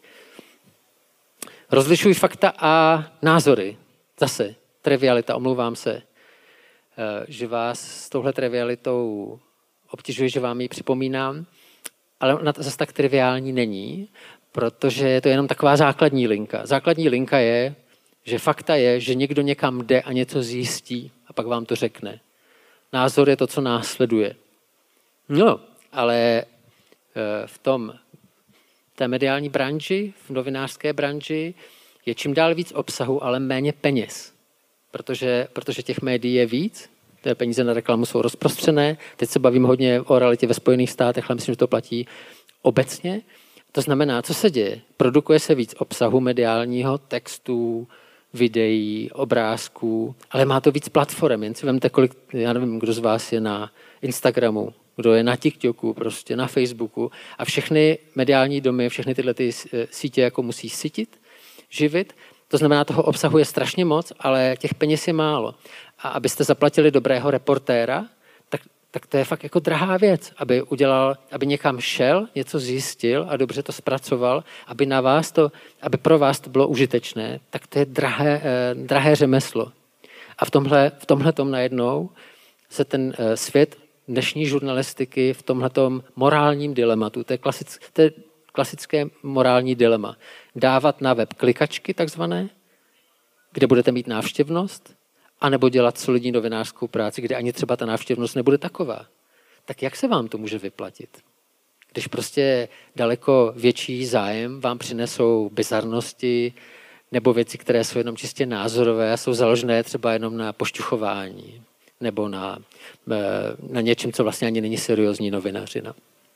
Rozlišuj fakta a názory. Zase, trivialita, omlouvám se, že vás s touhle trivialitou obtěžuji, že vám ji připomínám, ale ona zase tak triviální není, protože je to jenom taková základní linka. Základní linka je, že fakta je, že někdo někam jde a něco zjistí a pak vám to řekne. Názor je to, co následuje. No, ale v tom té mediální branži, v novinářské branži je čím dál víc obsahu, ale méně peněz. Protože, protože těch médií je víc, ty peníze na reklamu jsou rozprostřené. Teď se bavím hodně o realitě ve Spojených státech, ale myslím, že to platí obecně. To znamená, co se děje? Produkuje se víc obsahu mediálního, textů, videí, obrázků, ale má to víc platform. Jen si vemte, kolik, já nevím, kdo z vás je na Instagramu, kdo je na TikToku, prostě na Facebooku a všechny mediální domy, všechny tyhle ty sítě jako musí sytit, živit. To znamená, toho obsahu je strašně moc, ale těch peněz je málo. A abyste zaplatili dobrého reportéra, tak, tak to je fakt jako drahá věc, aby udělal, aby někam šel, něco zjistil a dobře to zpracoval, aby na vás to, aby pro vás to bylo užitečné, tak to je drahé, eh, drahé řemeslo. A v tomhle, v tomhletom najednou se ten eh, svět dnešní žurnalistiky v tomhletom morálním dilematu, to je, klasic, to je klasické morální dilema. Dávat na web klikačky takzvané, kde budete mít návštěvnost, anebo dělat solidní novinářskou práci, kde ani třeba ta návštěvnost nebude taková. Tak jak se vám to může vyplatit? Když prostě daleko větší zájem vám přinesou bizarnosti nebo věci, které jsou jenom čistě názorové a jsou založené třeba jenom na pošťuchování nebo na, na něčem, co vlastně ani není seriózní novinařina.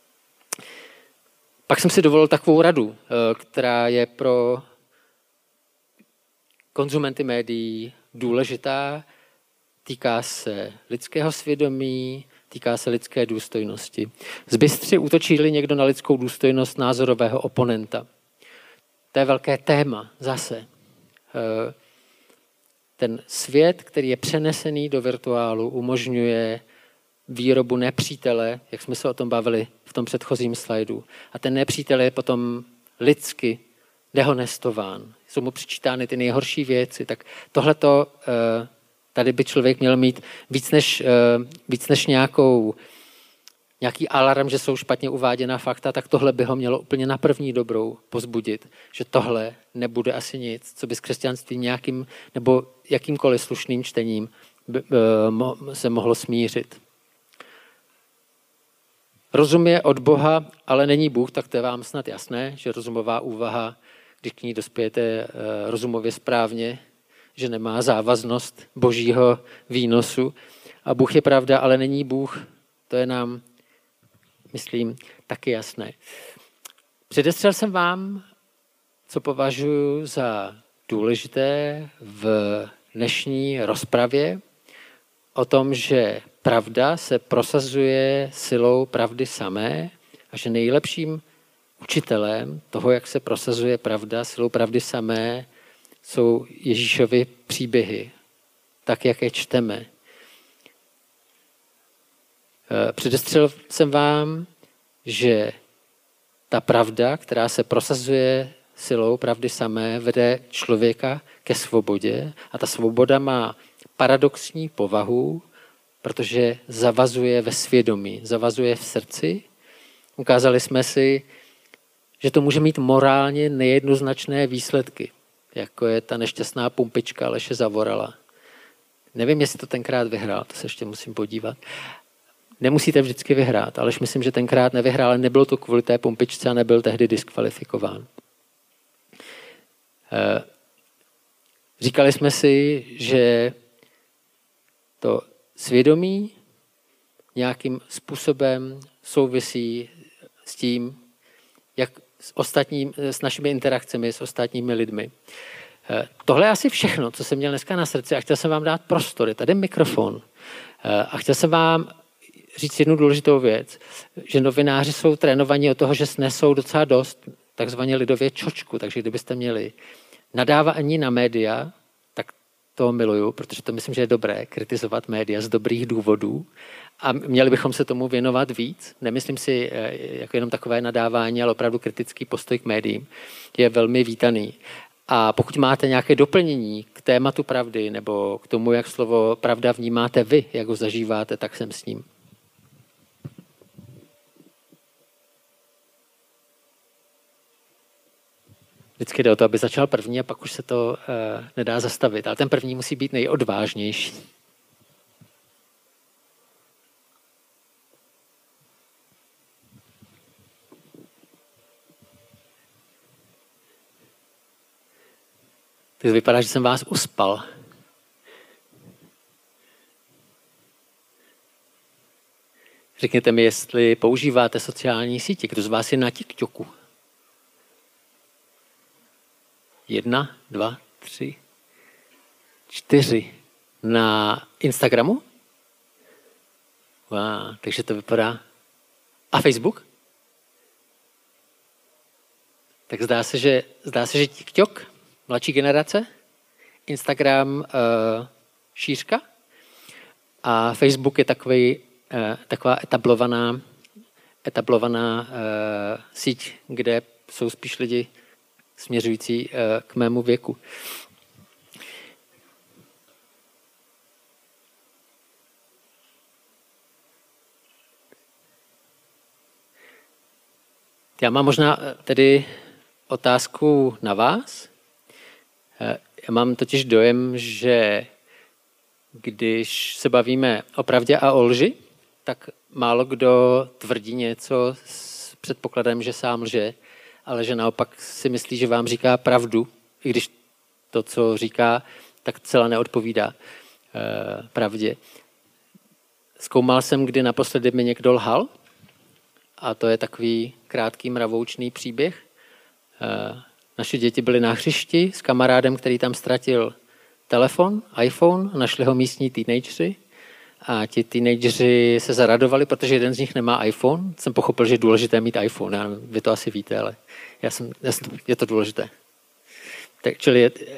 Pak jsem si dovolil takovou radu, která je pro konzumenty médií důležitá, týká se lidského svědomí, týká se lidské důstojnosti. Zbystři útočí-li někdo na lidskou důstojnost názorového oponenta. To je velké téma zase. ten svět, který je přenesený do virtuálu, umožňuje výrobu nepřítele, jak jsme se o tom bavili v tom předchozím slajdu. A ten nepřítel je potom lidsky dehonestován. Jsou mu přičítány ty nejhorší věci. Tak tohleto tady by člověk měl mít víc než, víc než nějakou, nějaký alarm, že jsou špatně uváděná fakta, tak tohle by ho mělo úplně na první dobrou pozbudit, že tohle nebude asi nic, co by s křesťanstvím nějakým nebo jakýmkoliv slušným čtením by, by, se mohlo smířit. Rozum je od Boha, ale není Bůh, tak to je vám snad jasné, že rozumová úvaha, když k ní dospějete rozumově správně, že nemá závaznost božího výnosu. A Bůh je pravda, ale není Bůh. To je nám, myslím, taky jasné. Předestřel jsem vám, co považuji za důležité v dnešní rozpravě o tom, že pravda se prosazuje silou pravdy samé a že nejlepším učitelem toho, jak se prosazuje pravda silou pravdy samé, jsou Ježíšovy příběhy, tak, jak je čteme. Předestřel jsem vám, že ta pravda, která se prosazuje silou pravdy samé, vede člověka ke svobodě a ta svoboda má paradoxní povahu, protože zavazuje ve svědomí, zavazuje v srdci. Ukázali jsme si, že to může mít morálně nejednoznačné výsledky, jako je ta nešťastná pumpička Leše Zavorala. Nevím, jestli to tenkrát vyhrál, to se ještě musím podívat. Nemusíte vždycky vyhrát, ale myslím, že tenkrát nevyhrál, ale nebylo to kvůli té pumpičce a nebyl tehdy diskvalifikován. Říkali jsme si, že to svědomí nějakým způsobem souvisí s tím, jak s, ostatním, s našimi interakcemi s ostatními lidmi. Tohle je asi všechno, co jsem měl dneska na srdci a chtěl jsem vám dát prostor. Je tady mikrofon. A chtěl jsem vám říct jednu důležitou věc, že novináři jsou trénovaní od toho, že snesou docela dost takzvaně lidově čočku, takže kdybyste měli nadávání na média, tak to miluju, protože to myslím, že je dobré kritizovat média z dobrých důvodů a měli bychom se tomu věnovat víc. Nemyslím si jako jenom takové nadávání, ale opravdu kritický postoj k médiím je velmi vítaný. A pokud máte nějaké doplnění k tématu pravdy nebo k tomu, jak slovo pravda vnímáte vy, jak ho zažíváte, tak jsem s ním. Vždycky jde o to, aby začal první a pak už se to uh, nedá zastavit. Ale ten první musí být nejodvážnější. Tak vypadá, že jsem vás uspal. Řekněte mi, jestli používáte sociální sítě. Kdo z vás je na TikToku? Jedna, dva, tři, čtyři. Na Instagramu? Wow, takže to vypadá. A Facebook? Tak zdá se, že, zdá se, že TikTok, mladší generace, Instagram uh, šířka a Facebook je takový, uh, taková etablovaná, etablovaná uh, síť, kde jsou spíš lidi směřující uh, k mému věku. Já mám možná tedy otázku na vás. Já mám totiž dojem, že když se bavíme o pravdě a o lži, tak málo kdo tvrdí něco s předpokladem, že sám lže, ale že naopak si myslí, že vám říká pravdu, i když to, co říká, tak celá neodpovídá eh, pravdě. Zkoumal jsem, kdy naposledy mi někdo lhal, a to je takový krátký mravoučný příběh. Eh, naše děti byly na hřišti s kamarádem, který tam ztratil telefon, iPhone, našli ho místní teenageři a ti teenageři se zaradovali, protože jeden z nich nemá iPhone. Jsem pochopil, že je důležité mít iPhone. Já, vy to asi víte, ale já jsem, já jsem, je to důležité. Tak, čili je,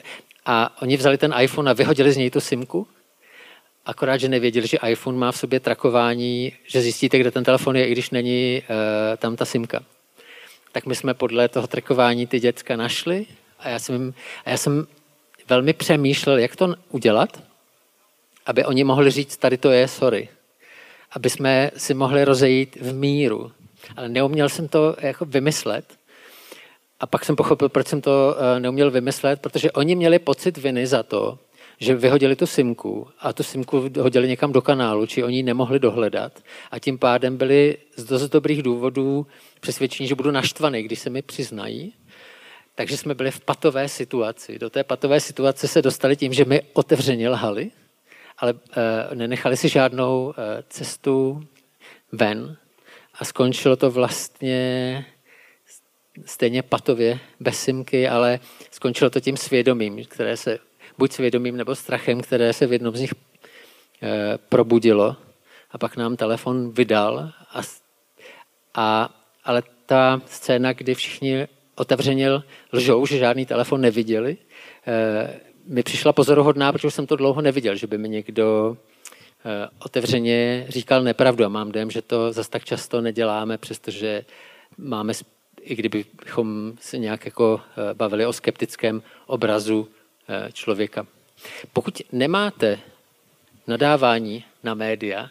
A oni vzali ten iPhone a vyhodili z něj tu simku, akorát, že nevěděli, že iPhone má v sobě trakování, že zjistíte, kde ten telefon je, i když není uh, tam ta simka. Tak my jsme podle toho trackování ty děcka našli a já jsem, a já jsem velmi přemýšlel, jak to udělat, aby oni mohli říct, tady to je, sorry. Aby jsme si mohli rozejít v míru. Ale neuměl jsem to jako vymyslet. A pak jsem pochopil, proč jsem to neuměl vymyslet, protože oni měli pocit viny za to, že vyhodili tu simku a tu simku hodili někam do kanálu, či oni ji nemohli dohledat. A tím pádem byli z dost dobrých důvodů přesvědčení, že budu naštvaný, když se mi přiznají. Takže jsme byli v patové situaci. Do té patové situace se dostali tím, že mi otevřeně lhali, ale e, nenechali si žádnou e, cestu ven a skončilo to vlastně stejně patově, bez simky, ale skončilo to tím svědomím, které se, buď svědomím nebo strachem, které se v jednom z nich e, probudilo a pak nám telefon vydal. A, a, ale ta scéna, kdy všichni otevřeně lžou, že žádný telefon neviděli, e, mi přišla pozoruhodná, protože už jsem to dlouho neviděl, že by mi někdo e, otevřeně říkal nepravdu a mám dojem, že to zas tak často neděláme, přestože máme, i kdybychom se nějak jako e, bavili o skeptickém obrazu e, člověka. Pokud nemáte nadávání na média,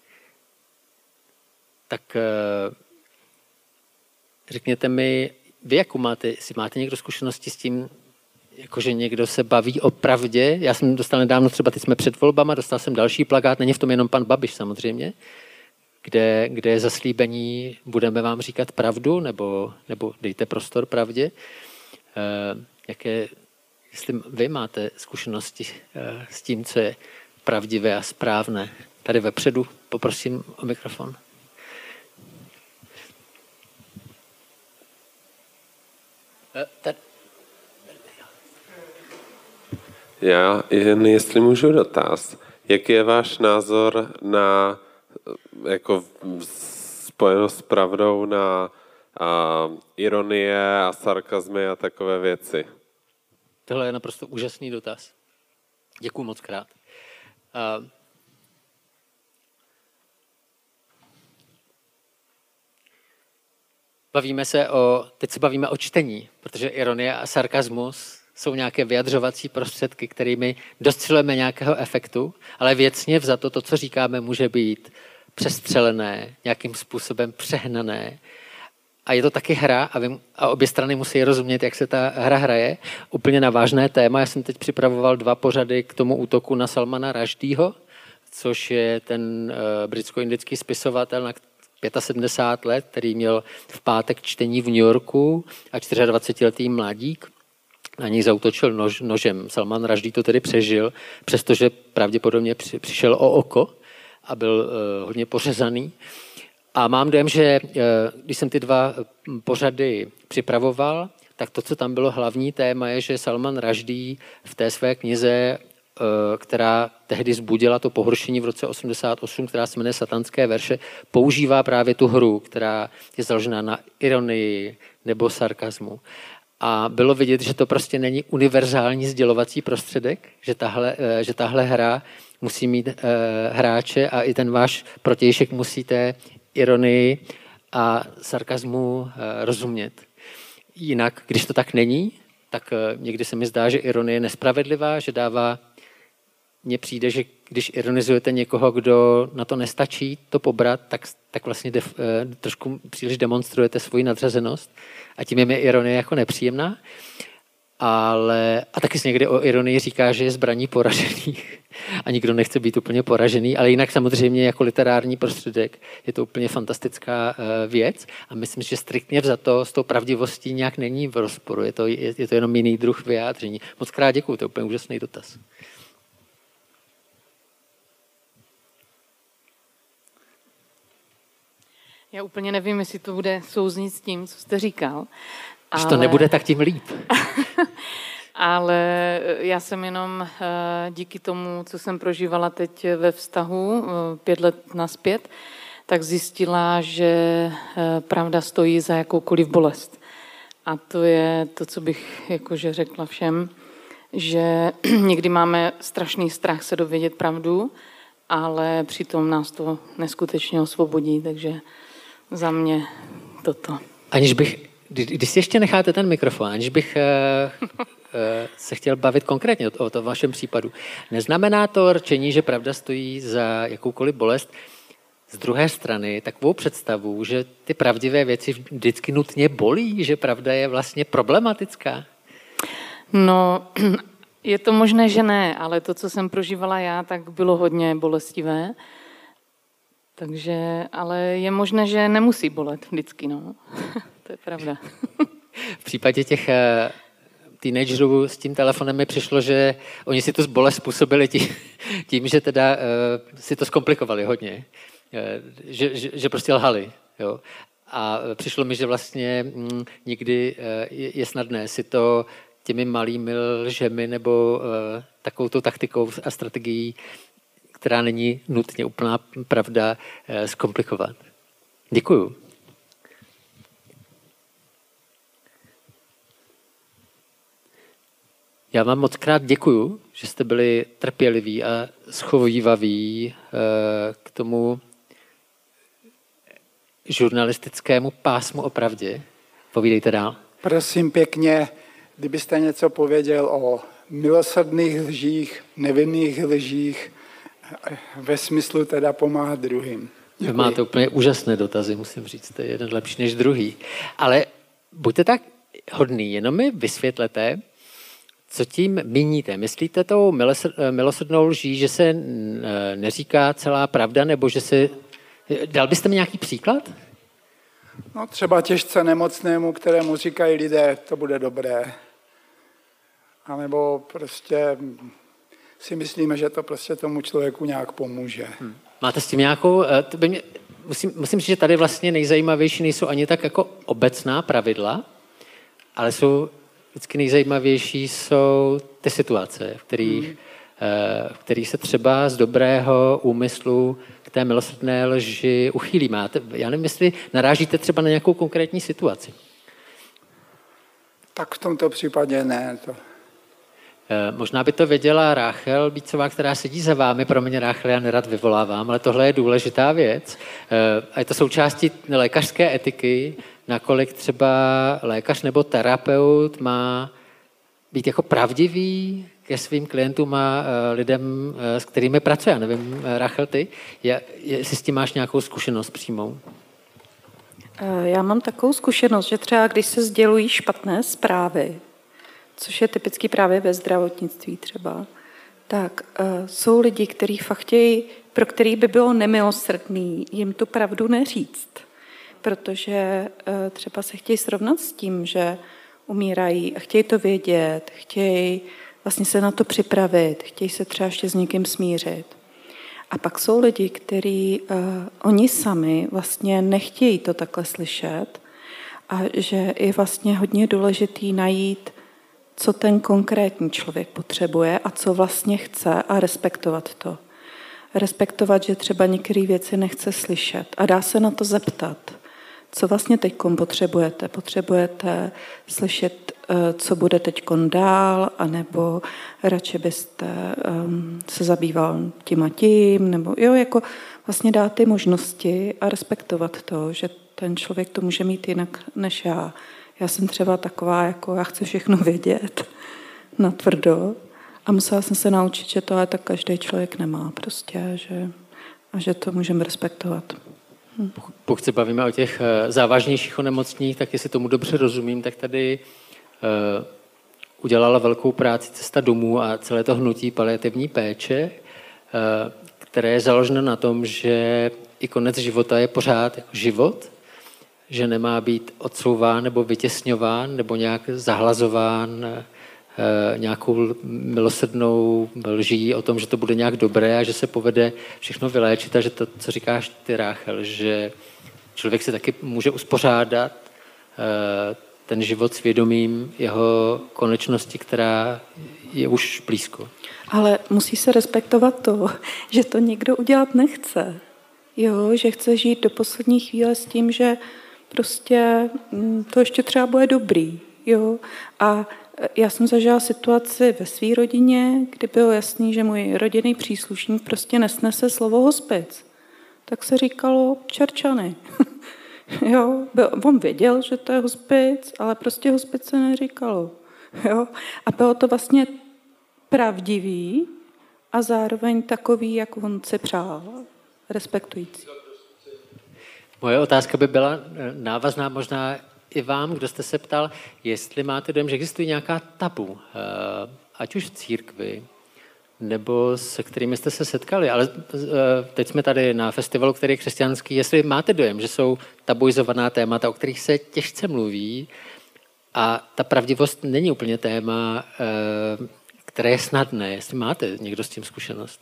tak e, řekněte mi, vy jakou máte, jestli máte někdo zkušenosti s tím, jakože někdo se baví o pravdě. Já jsem dostal nedávno, třeba teď jsme před volbama, dostal jsem další plakát, není v tom jenom pan Babiš samozřejmě, kde, kde je zaslíbení, budeme vám říkat pravdu, nebo, nebo dejte prostor pravdě. E, jaké, jestli vy máte zkušenosti e, s tím, co je pravdivé a správné. Tady vepředu poprosím o mikrofon. E, tady. Já jen jestli můžu dotaz, jaký je váš názor na, jako spojeno s pravdou, na a, ironie a sarkazmy a takové věci? Tohle je naprosto úžasný dotaz. Děkuju moc krát. A, bavíme se o, teď se bavíme o čtení, protože ironie a sarkazmus jsou nějaké vyjadřovací prostředky, kterými dostřelujeme nějakého efektu, ale věcně vzato to, co říkáme, může být přestřelené, nějakým způsobem přehnané. A je to taky hra a, vy, a obě strany musí rozumět, jak se ta hra hraje. Úplně na vážné téma. Já jsem teď připravoval dva pořady k tomu útoku na Salmana Rushdieho, což je ten uh, britsko-indický spisovatel na sedmdesát pět let, který měl v pátek čtení v New Yorku a dvacetičtyřletý mladík. Na něj zaútočil nož, nožem. Salman Rushdie to tedy přežil, přestože pravděpodobně při, přišel o oko a byl uh, hodně pořezaný. A mám dojem, že uh, když jsem ty dva pořady připravoval, tak to, co tam bylo hlavní téma, je, že Salman Rushdie v té své knize, uh, která tehdy zbudila to pohoršení v roce osmdesát osm, která se jmenuje Satanské verše, používá právě tu hru, která je založená na ironii nebo sarkazmu. A bylo vidět, že to prostě není univerzální sdělovací prostředek, že tahle, že tahle hra musí mít uh, hráče a i ten váš protějšek musí té ironii a sarkazmu uh, rozumět. Jinak, když to tak není, tak uh, někdy se mi zdá, že ironie je nespravedlivá, že dává, mně přijde, že když ironizujete někoho, kdo na to nestačí to pobrat, tak, tak vlastně def, uh, trošku příliš demonstrujete svoji nadřazenost a tím je mi ironie jako nepříjemná. Ale, a taky se někdy o ironii říká, že je zbraní poražených a nikdo nechce být úplně poražený, ale jinak samozřejmě jako literární prostředek je to úplně fantastická věc a myslím, že striktně vzato s tou pravdivostí nějak není v rozporu, je to, je, je to jenom jiný druh vyjádření. Moc krát děkuju, to je úplně úžasný dotaz. Já úplně nevím, jestli to bude souznít s tím, co jste říkal. Když ale... to nebude, tak tím líp. Ale já jsem jenom díky tomu, co jsem prožívala teď ve vztahu pět let nazpět, tak zjistila, že pravda stojí za jakoukoliv bolest. A to je to, co bych jakože řekla všem, že někdy máme strašný strach se dovědět pravdu, ale přitom nás to neskutečně osvobodí, takže za mě toto. Aniž bych, když si ještě necháte ten mikrofon, aniž bych uh, uh, se chtěl bavit konkrétně o, o, o vašem případu, neznamená to rčení, že pravda stojí za jakoukoliv bolest? Z druhé strany takovou představu, že ty pravdivé věci vždycky nutně bolí, že pravda je vlastně problematická? No, je to možné, že ne, ale to, co jsem prožívala já, tak bylo hodně bolestivé. Takže, ale je možné, že nemusí bolet vždycky, no. To je pravda. V případě těch teenagerů s tím telefonem mi přišlo, že oni si tu bolest způsobili tím, tím že teda uh, si to zkomplikovali hodně. Uh, že, že, že prostě lhali. Jo. A přišlo mi, že vlastně mm, někdy uh, je, je snadné si to těmi malými lžemi nebo uh, takovou tou taktikou a strategií, která není nutně úplná pravda, uh, zkomplikovat. Děkuju. Já vám moc krát děkuju, že jste byli trpěliví a schovývaví k tomu žurnalistickému pásmu o pravdě. Povídejte dál. Prosím pěkně, kdybyste něco pověděl o milosrdných lžích, nevinných lžích, ve smyslu teda pomáhat druhým. Vy máte úplně úžasné dotazy, musím říct, to je jeden lepší než druhý. Ale buďte tak hodný, jenom mi vysvětlete, co tím míníte? Myslíte tou milosrdnou lží, že se neříká celá pravda, nebo že se... Dal byste mi nějaký příklad? No třeba těžce nemocnému, kterému říkají lidé, to bude dobré. A nebo prostě si myslíme, že to prostě tomu člověku nějak pomůže. Hmm. Máte s tím nějakou... To by mě, musím, musím říct, že tady vlastně nejzajímavější nejsou ani tak jako obecná pravidla, ale jsou... Vždycky nejzajímavější jsou ty situace, v kterých, hmm. v kterých se třeba z dobrého úmyslu k té milosrdné lži uchýlí. Máte, já nevím, jestli narážíte třeba na nějakou konkrétní situaci. Tak v tomto případě ne. To... Možná by to věděla Ráchel Bícová, která sedí za vámi. Pro mě, Ráchel, já nerad vyvolávám, ale tohle je důležitá věc. A je to součástí lékařské etiky, nakolik třeba lékař nebo terapeut má být jako pravdivý ke svým klientům a lidem, s kterými pracuje. Já nevím, Ráchel, ty, jestli s tím máš nějakou zkušenost přímou? Já mám takovou zkušenost, že třeba když se sdělují špatné zprávy, což je typický právě ve zdravotnictví třeba, tak uh, jsou lidi, kteří fakt chtějí, pro který by bylo nemilosrdný jim tu pravdu neříct, protože uh, třeba se chtějí srovnat s tím, že umírají a chtějí to vědět, chtějí vlastně se na to připravit, chtějí se třeba ještě s někým smířit. A pak jsou lidi, kteří uh, oni sami vlastně nechtějí to takhle slyšet a že je vlastně hodně důležitý najít, co ten konkrétní člověk potřebuje a co vlastně chce a respektovat to. Respektovat, že třeba některé věci nechce slyšet a dá se na to zeptat. Co vlastně teďkon potřebujete? Potřebujete slyšet, co bude teďkon dál, anebo radši byste um, se zabýval tím a tím, nebo jo, jako vlastně dát ty možnosti a respektovat to, že ten člověk to může mít jinak než já. Já jsem třeba taková, jako já chci všechno vědět natvrdo a musela jsem se naučit, že to ale tak každý člověk nemá prostě, že, a že to můžeme respektovat. Hm. Pokud se bavíme o těch závažnějších onemocněních, tak jestli tomu dobře rozumím, tak tady uh, udělala velkou práci Cesta domů a celé to hnutí paliativní péče, uh, které je založeno na tom, že i konec života je pořád jako život, že nemá být odsouván nebo vytěsňován nebo nějak zahlazován e, nějakou milosrdnou lží o tom, že to bude nějak dobré a že se povede všechno vyléčit a že to, co říkáš ty, Ráchel, že člověk si taky může uspořádat e, ten život svědomím jeho konečnosti, která je už blízko. Ale musí se respektovat to, že to někdo udělat nechce. Jo, že chce žít do poslední chvíle s tím, že prostě to ještě třeba bude dobrý. Jo? A Já jsem zažila situaci ve své rodině, kdy bylo jasný, že můj rodinný příslušník prostě nesnese slovo hospic. Tak se říkalo Čerčany. Jo, on věděl, že to je hospic, ale prostě hospic se neříkalo. Jo? A bylo to vlastně pravdivý a zároveň takový, jak on si přál, respektující. Moje otázka by byla návazná možná i vám, kdo jste se ptal, jestli máte dojem, že existují nějaká tabu, ať už v církvi, nebo se kterými jste se setkali, ale teď jsme tady na festivalu, který je křesťanský, jestli máte dojem, že jsou tabuizovaná témata, o kterých se těžce mluví a ta pravdivost není úplně téma, které je snadné, jestli máte někdo s tím zkušenost.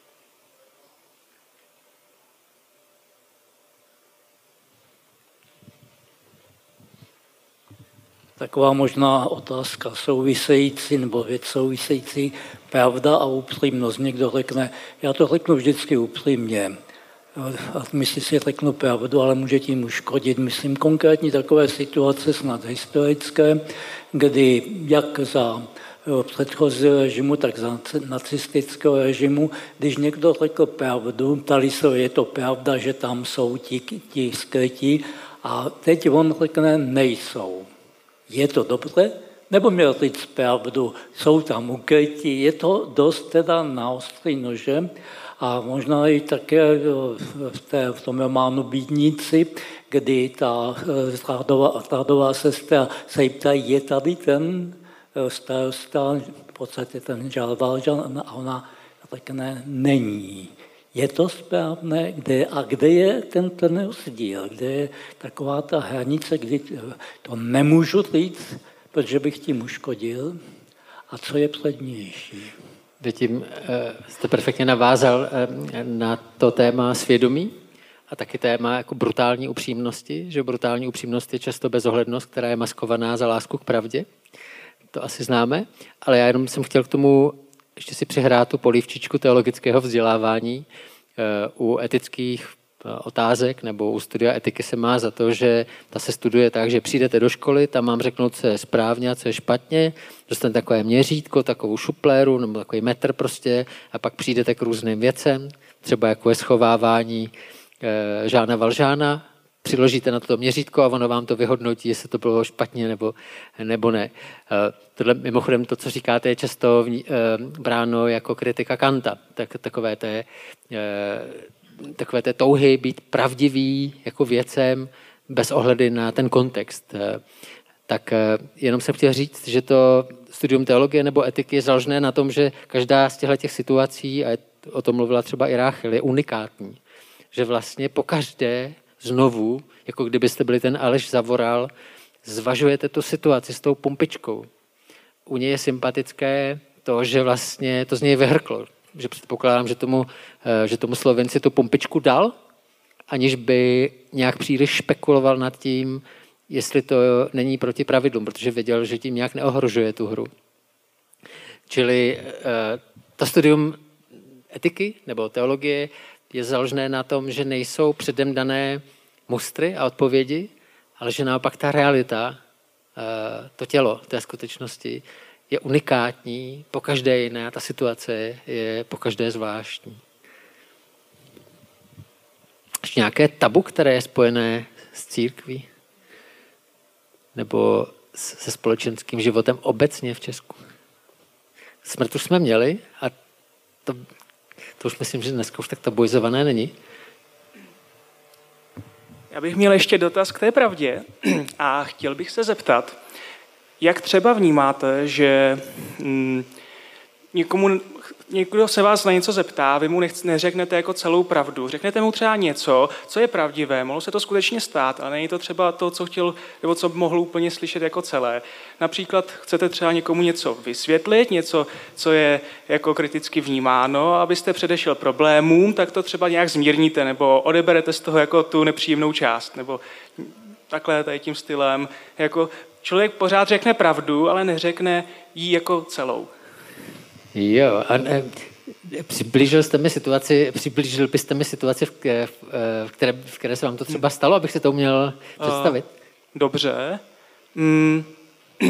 Taková možná otázka související nebo věc související, pravda a upřímnost. Někdo řekne, já to řeknu vždycky upřímně. A myslím si, řeknu pravdu, ale může tím uškodit. Myslím konkrétní takové situace, snad historické, kdy jak za předchozího režimu, tak za nacistického režimu, když někdo řekl pravdu, ptali se, je to pravda, že tam jsou ti, ti skrytí, a teď on řekne, nejsou. Je to dobře? Nebo měl říct pravdu? Jsou tam ukrytí? Je to dost teda na ostrý nože. A možná i také v, té, v tom románu Bídníci, kdy ta řádová, řádová sestra se jí ptají, je tady ten starosta, v podstatě ten Žál Valžan, a ona řekne, není. Je to správné? Kde, a kde je ten, ten rozdíl? Kde je taková ta hranice, kdy to nemůžu říct, protože bych tím uškodil? A co je přednější? Vy tím jste perfektně navázal na to téma svědomí a taky téma jako brutální upřímnosti, že brutální upřímnost je často bezohlednost, která je maskovaná za lásku k pravdě. To asi známe, ale já jenom jsem chtěl k tomu ještě si přihrát tu polívčičku teologického vzdělávání. U etických otázek nebo u studia etiky se má za to, že ta se studuje tak, že přijdete do školy, tam mám řeknout, co je správně a co je špatně, dostanete takové měřítko, takovou šupléru nebo takový metr prostě a pak přijdete k různým věcem, třeba jako je schovávání Žána Valžána, přiložíte na to měřítko a ono vám to vyhodnotí, jestli to bylo špatně nebo, nebo ne. Tohle mimochodem to, co říkáte, je často bráno jako kritika Kanta. Tak, takové, té, takové té touhy být pravdivý jako věcem bez ohledy na ten kontext. Tak jenom jsem chtěl říct, že to studium teologie nebo etiky je založené na tom, že každá z těchto situací, a o tom mluvila třeba i Ráchel, je unikátní. Že vlastně pokaždé znovu, jako kdybyste byli ten Aleš Zavoral, zvažujete tu situaci s tou pumpičkou. U něj je sympatické to, že vlastně to z něj vyhrklo. Že předpokládám, že tomu, že tomu Slovenci tu pumpičku dal, aniž by nějak příliš špekuloval nad tím, jestli to není proti pravidlům, protože věděl, že tím nějak neohrožuje tu hru. Čili to studium etiky nebo teologie je založené na tom, že nejsou předem dané mustry a odpovědi, ale že naopak ta realita, to tělo té skutečnosti je unikátní, pokaždé jiné a ta situace je pokaždé zvláštní. Ještě nějaké tabu, které je spojené s církví? Nebo se společenským životem obecně v Česku? Smrt už jsme měli a to, to už myslím, že dneska už tak tabuizované není. Já bych měl ještě dotaz k té pravdě a chtěl bych se zeptat, jak třeba vnímáte, že hm, někomu, někdo se vás na něco zeptá, vy mu nechce, neřeknete jako celou pravdu, řeknete mu třeba něco, co je pravdivé, mohlo se to skutečně stát, ale není to třeba to, co chtěl, nebo co mohl úplně slyšet jako celé. Například chcete třeba někomu něco vysvětlit, něco, co je jako kriticky vnímáno, abyste předešel problémům, tak to třeba nějak zmírníte, nebo odeberete z toho jako tu nepříjemnou část, nebo takhle tady tím stylem. Jako člověk pořád řekne pravdu, ale neřekne ji jako celou. Jo, a ne, přiblížil jste mi situaci, přiblížil byste mi situaci, v které, v které, v které se vám to třeba stalo, abych si to uměl představit? Dobře. Mm,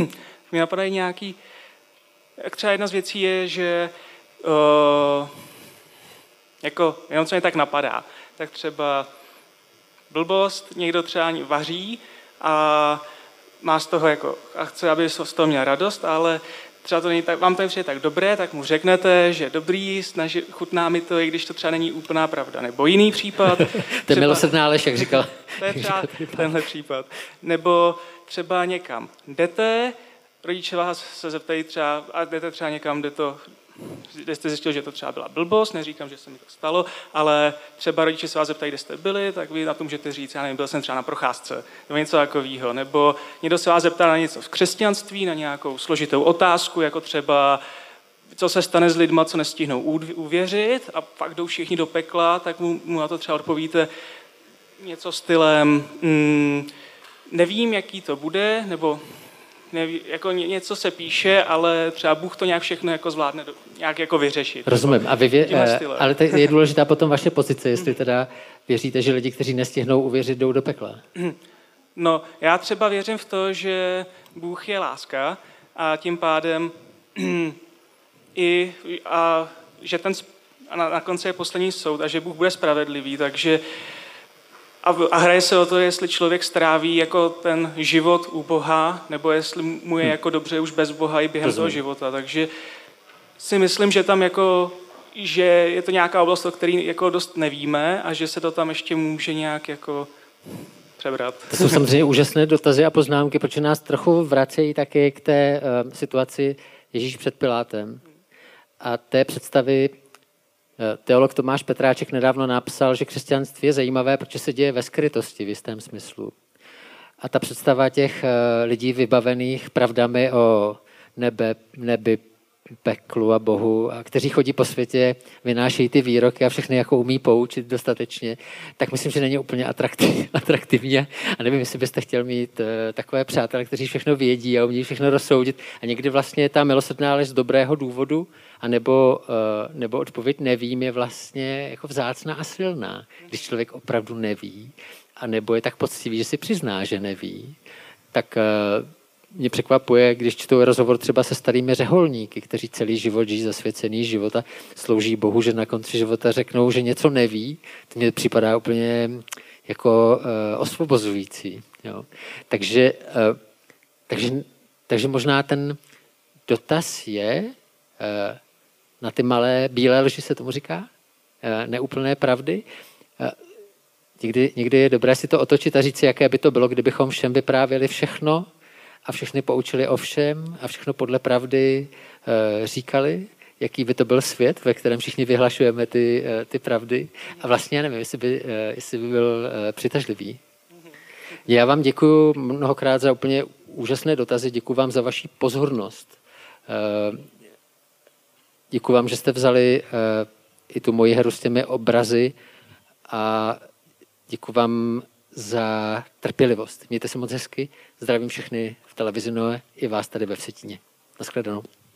mi napadají nějaký, jak třeba jedna z věcí je, že uh, jako jenom co mě tak napadá, tak třeba blbost, někdo třeba vaří a má z toho jako, a chce, aby z toho měl radost, ale třeba to není tak, vám to je tak dobré, tak mu řeknete, že dobrý, snaží, chutná mi to, i když to třeba není úplná pravda. Nebo jiný případ. To je milosrdná lež, jak říkal. To je třeba tenhle případ. Nebo třeba někam jdete, rodiče vás se zeptají třeba, a jdete třeba někam, kde to, kde jste zjistil, že to třeba byla blbost, neříkám, že se mi to stalo, ale třeba rodiče se vás zeptají, kde jste byli, tak vy na tom můžete říct, já nevím, byl jsem třeba na procházce, nebo něco takového. Nebo někdo se vás zeptá na něco v křesťanství, na nějakou složitou otázku, jako třeba, co se stane s lidma, co nestihnou uvěřit a pak jdou všichni do pekla, tak mu, mu na to třeba odpovíte něco stylem, mm, nevím, jaký to bude, nebo neví, jako něco se píše, ale třeba Bůh to nějak všechno jako zvládne do, nějak jako vyřešit. Rozumím. A vy vě, ale to je důležitá potom vaše pozice, jestli teda věříte, že lidi, kteří nestihnou uvěřit, jdou do pekla. No, já třeba věřím v to, že Bůh je láska a tím pádem i a že ten a na, na konci je poslední soud a že Bůh bude spravedlivý, takže a, a hraje se o to, jestli člověk stráví jako ten život u Boha, nebo jestli mu je jako dobře už bez Boha i během toho života. Takže si myslím, že tam jako, že je to nějaká oblast, o které jako dost nevíme a že se to tam ještě může nějak jako přebrat. To jsou samozřejmě úžasné dotazy a poznámky, protože nás trochu vracejí také k té uh, situaci Ježíš před Pilátem. A té představy teolog Tomáš Petráček nedávno napsal, že křesťanství je zajímavé, protože se děje ve skrytosti v jistém smyslu. A ta představa těch lidí vybavených pravdami o nebe, nebi, peklu a Bohu, a kteří chodí po světě, vynášejí ty výroky a všechny jako umí poučit dostatečně, tak myslím, že není úplně atraktiv, atraktivní. A nevím, jestli byste chtěl mít uh, takové přátelé, kteří všechno vědí a umí všechno rozsoudit. A někdy vlastně je ta milosrdná lež z dobrého důvodu, a nebo, uh, nebo odpověď nevím je vlastně jako vzácná a silná. Když člověk opravdu neví, a nebo je tak poctivý, že si přizná, že neví, tak uh, mě překvapuje, když čtu rozhovor třeba se starými řeholníky, kteří celý život žijí zasvěcený život a slouží Bohu, že na konci života řeknou, že něco neví. To mně připadá úplně jako uh, osvobozující. Jo. Takže, uh, takže, takže možná ten dotaz je uh, na ty malé bílé lži, se tomu říká, uh, neúplné pravdy. Uh, někdy, někdy je dobré si to otočit a říct si, jaké by to bylo, kdybychom všem vyprávěli všechno, a všechny poučili o všem a všechno podle pravdy e, říkali, jaký by to byl svět, ve kterém všichni vyhlašujeme ty, e, ty pravdy. A vlastně já nevím, jestli by, e, jestli by byl e, přitažlivý. Já vám děkuji mnohokrát za úplně úžasné dotazy, děkuji vám za vaši pozornost. E, děkuji vám, že jste vzali e, i tu moji hru s těmi obrazy a děkuji vám za trpělivost. Mějte se moc hezky. Zdravím všechny v televizi Noe i vás tady ve Vsetíně. Naschledanou.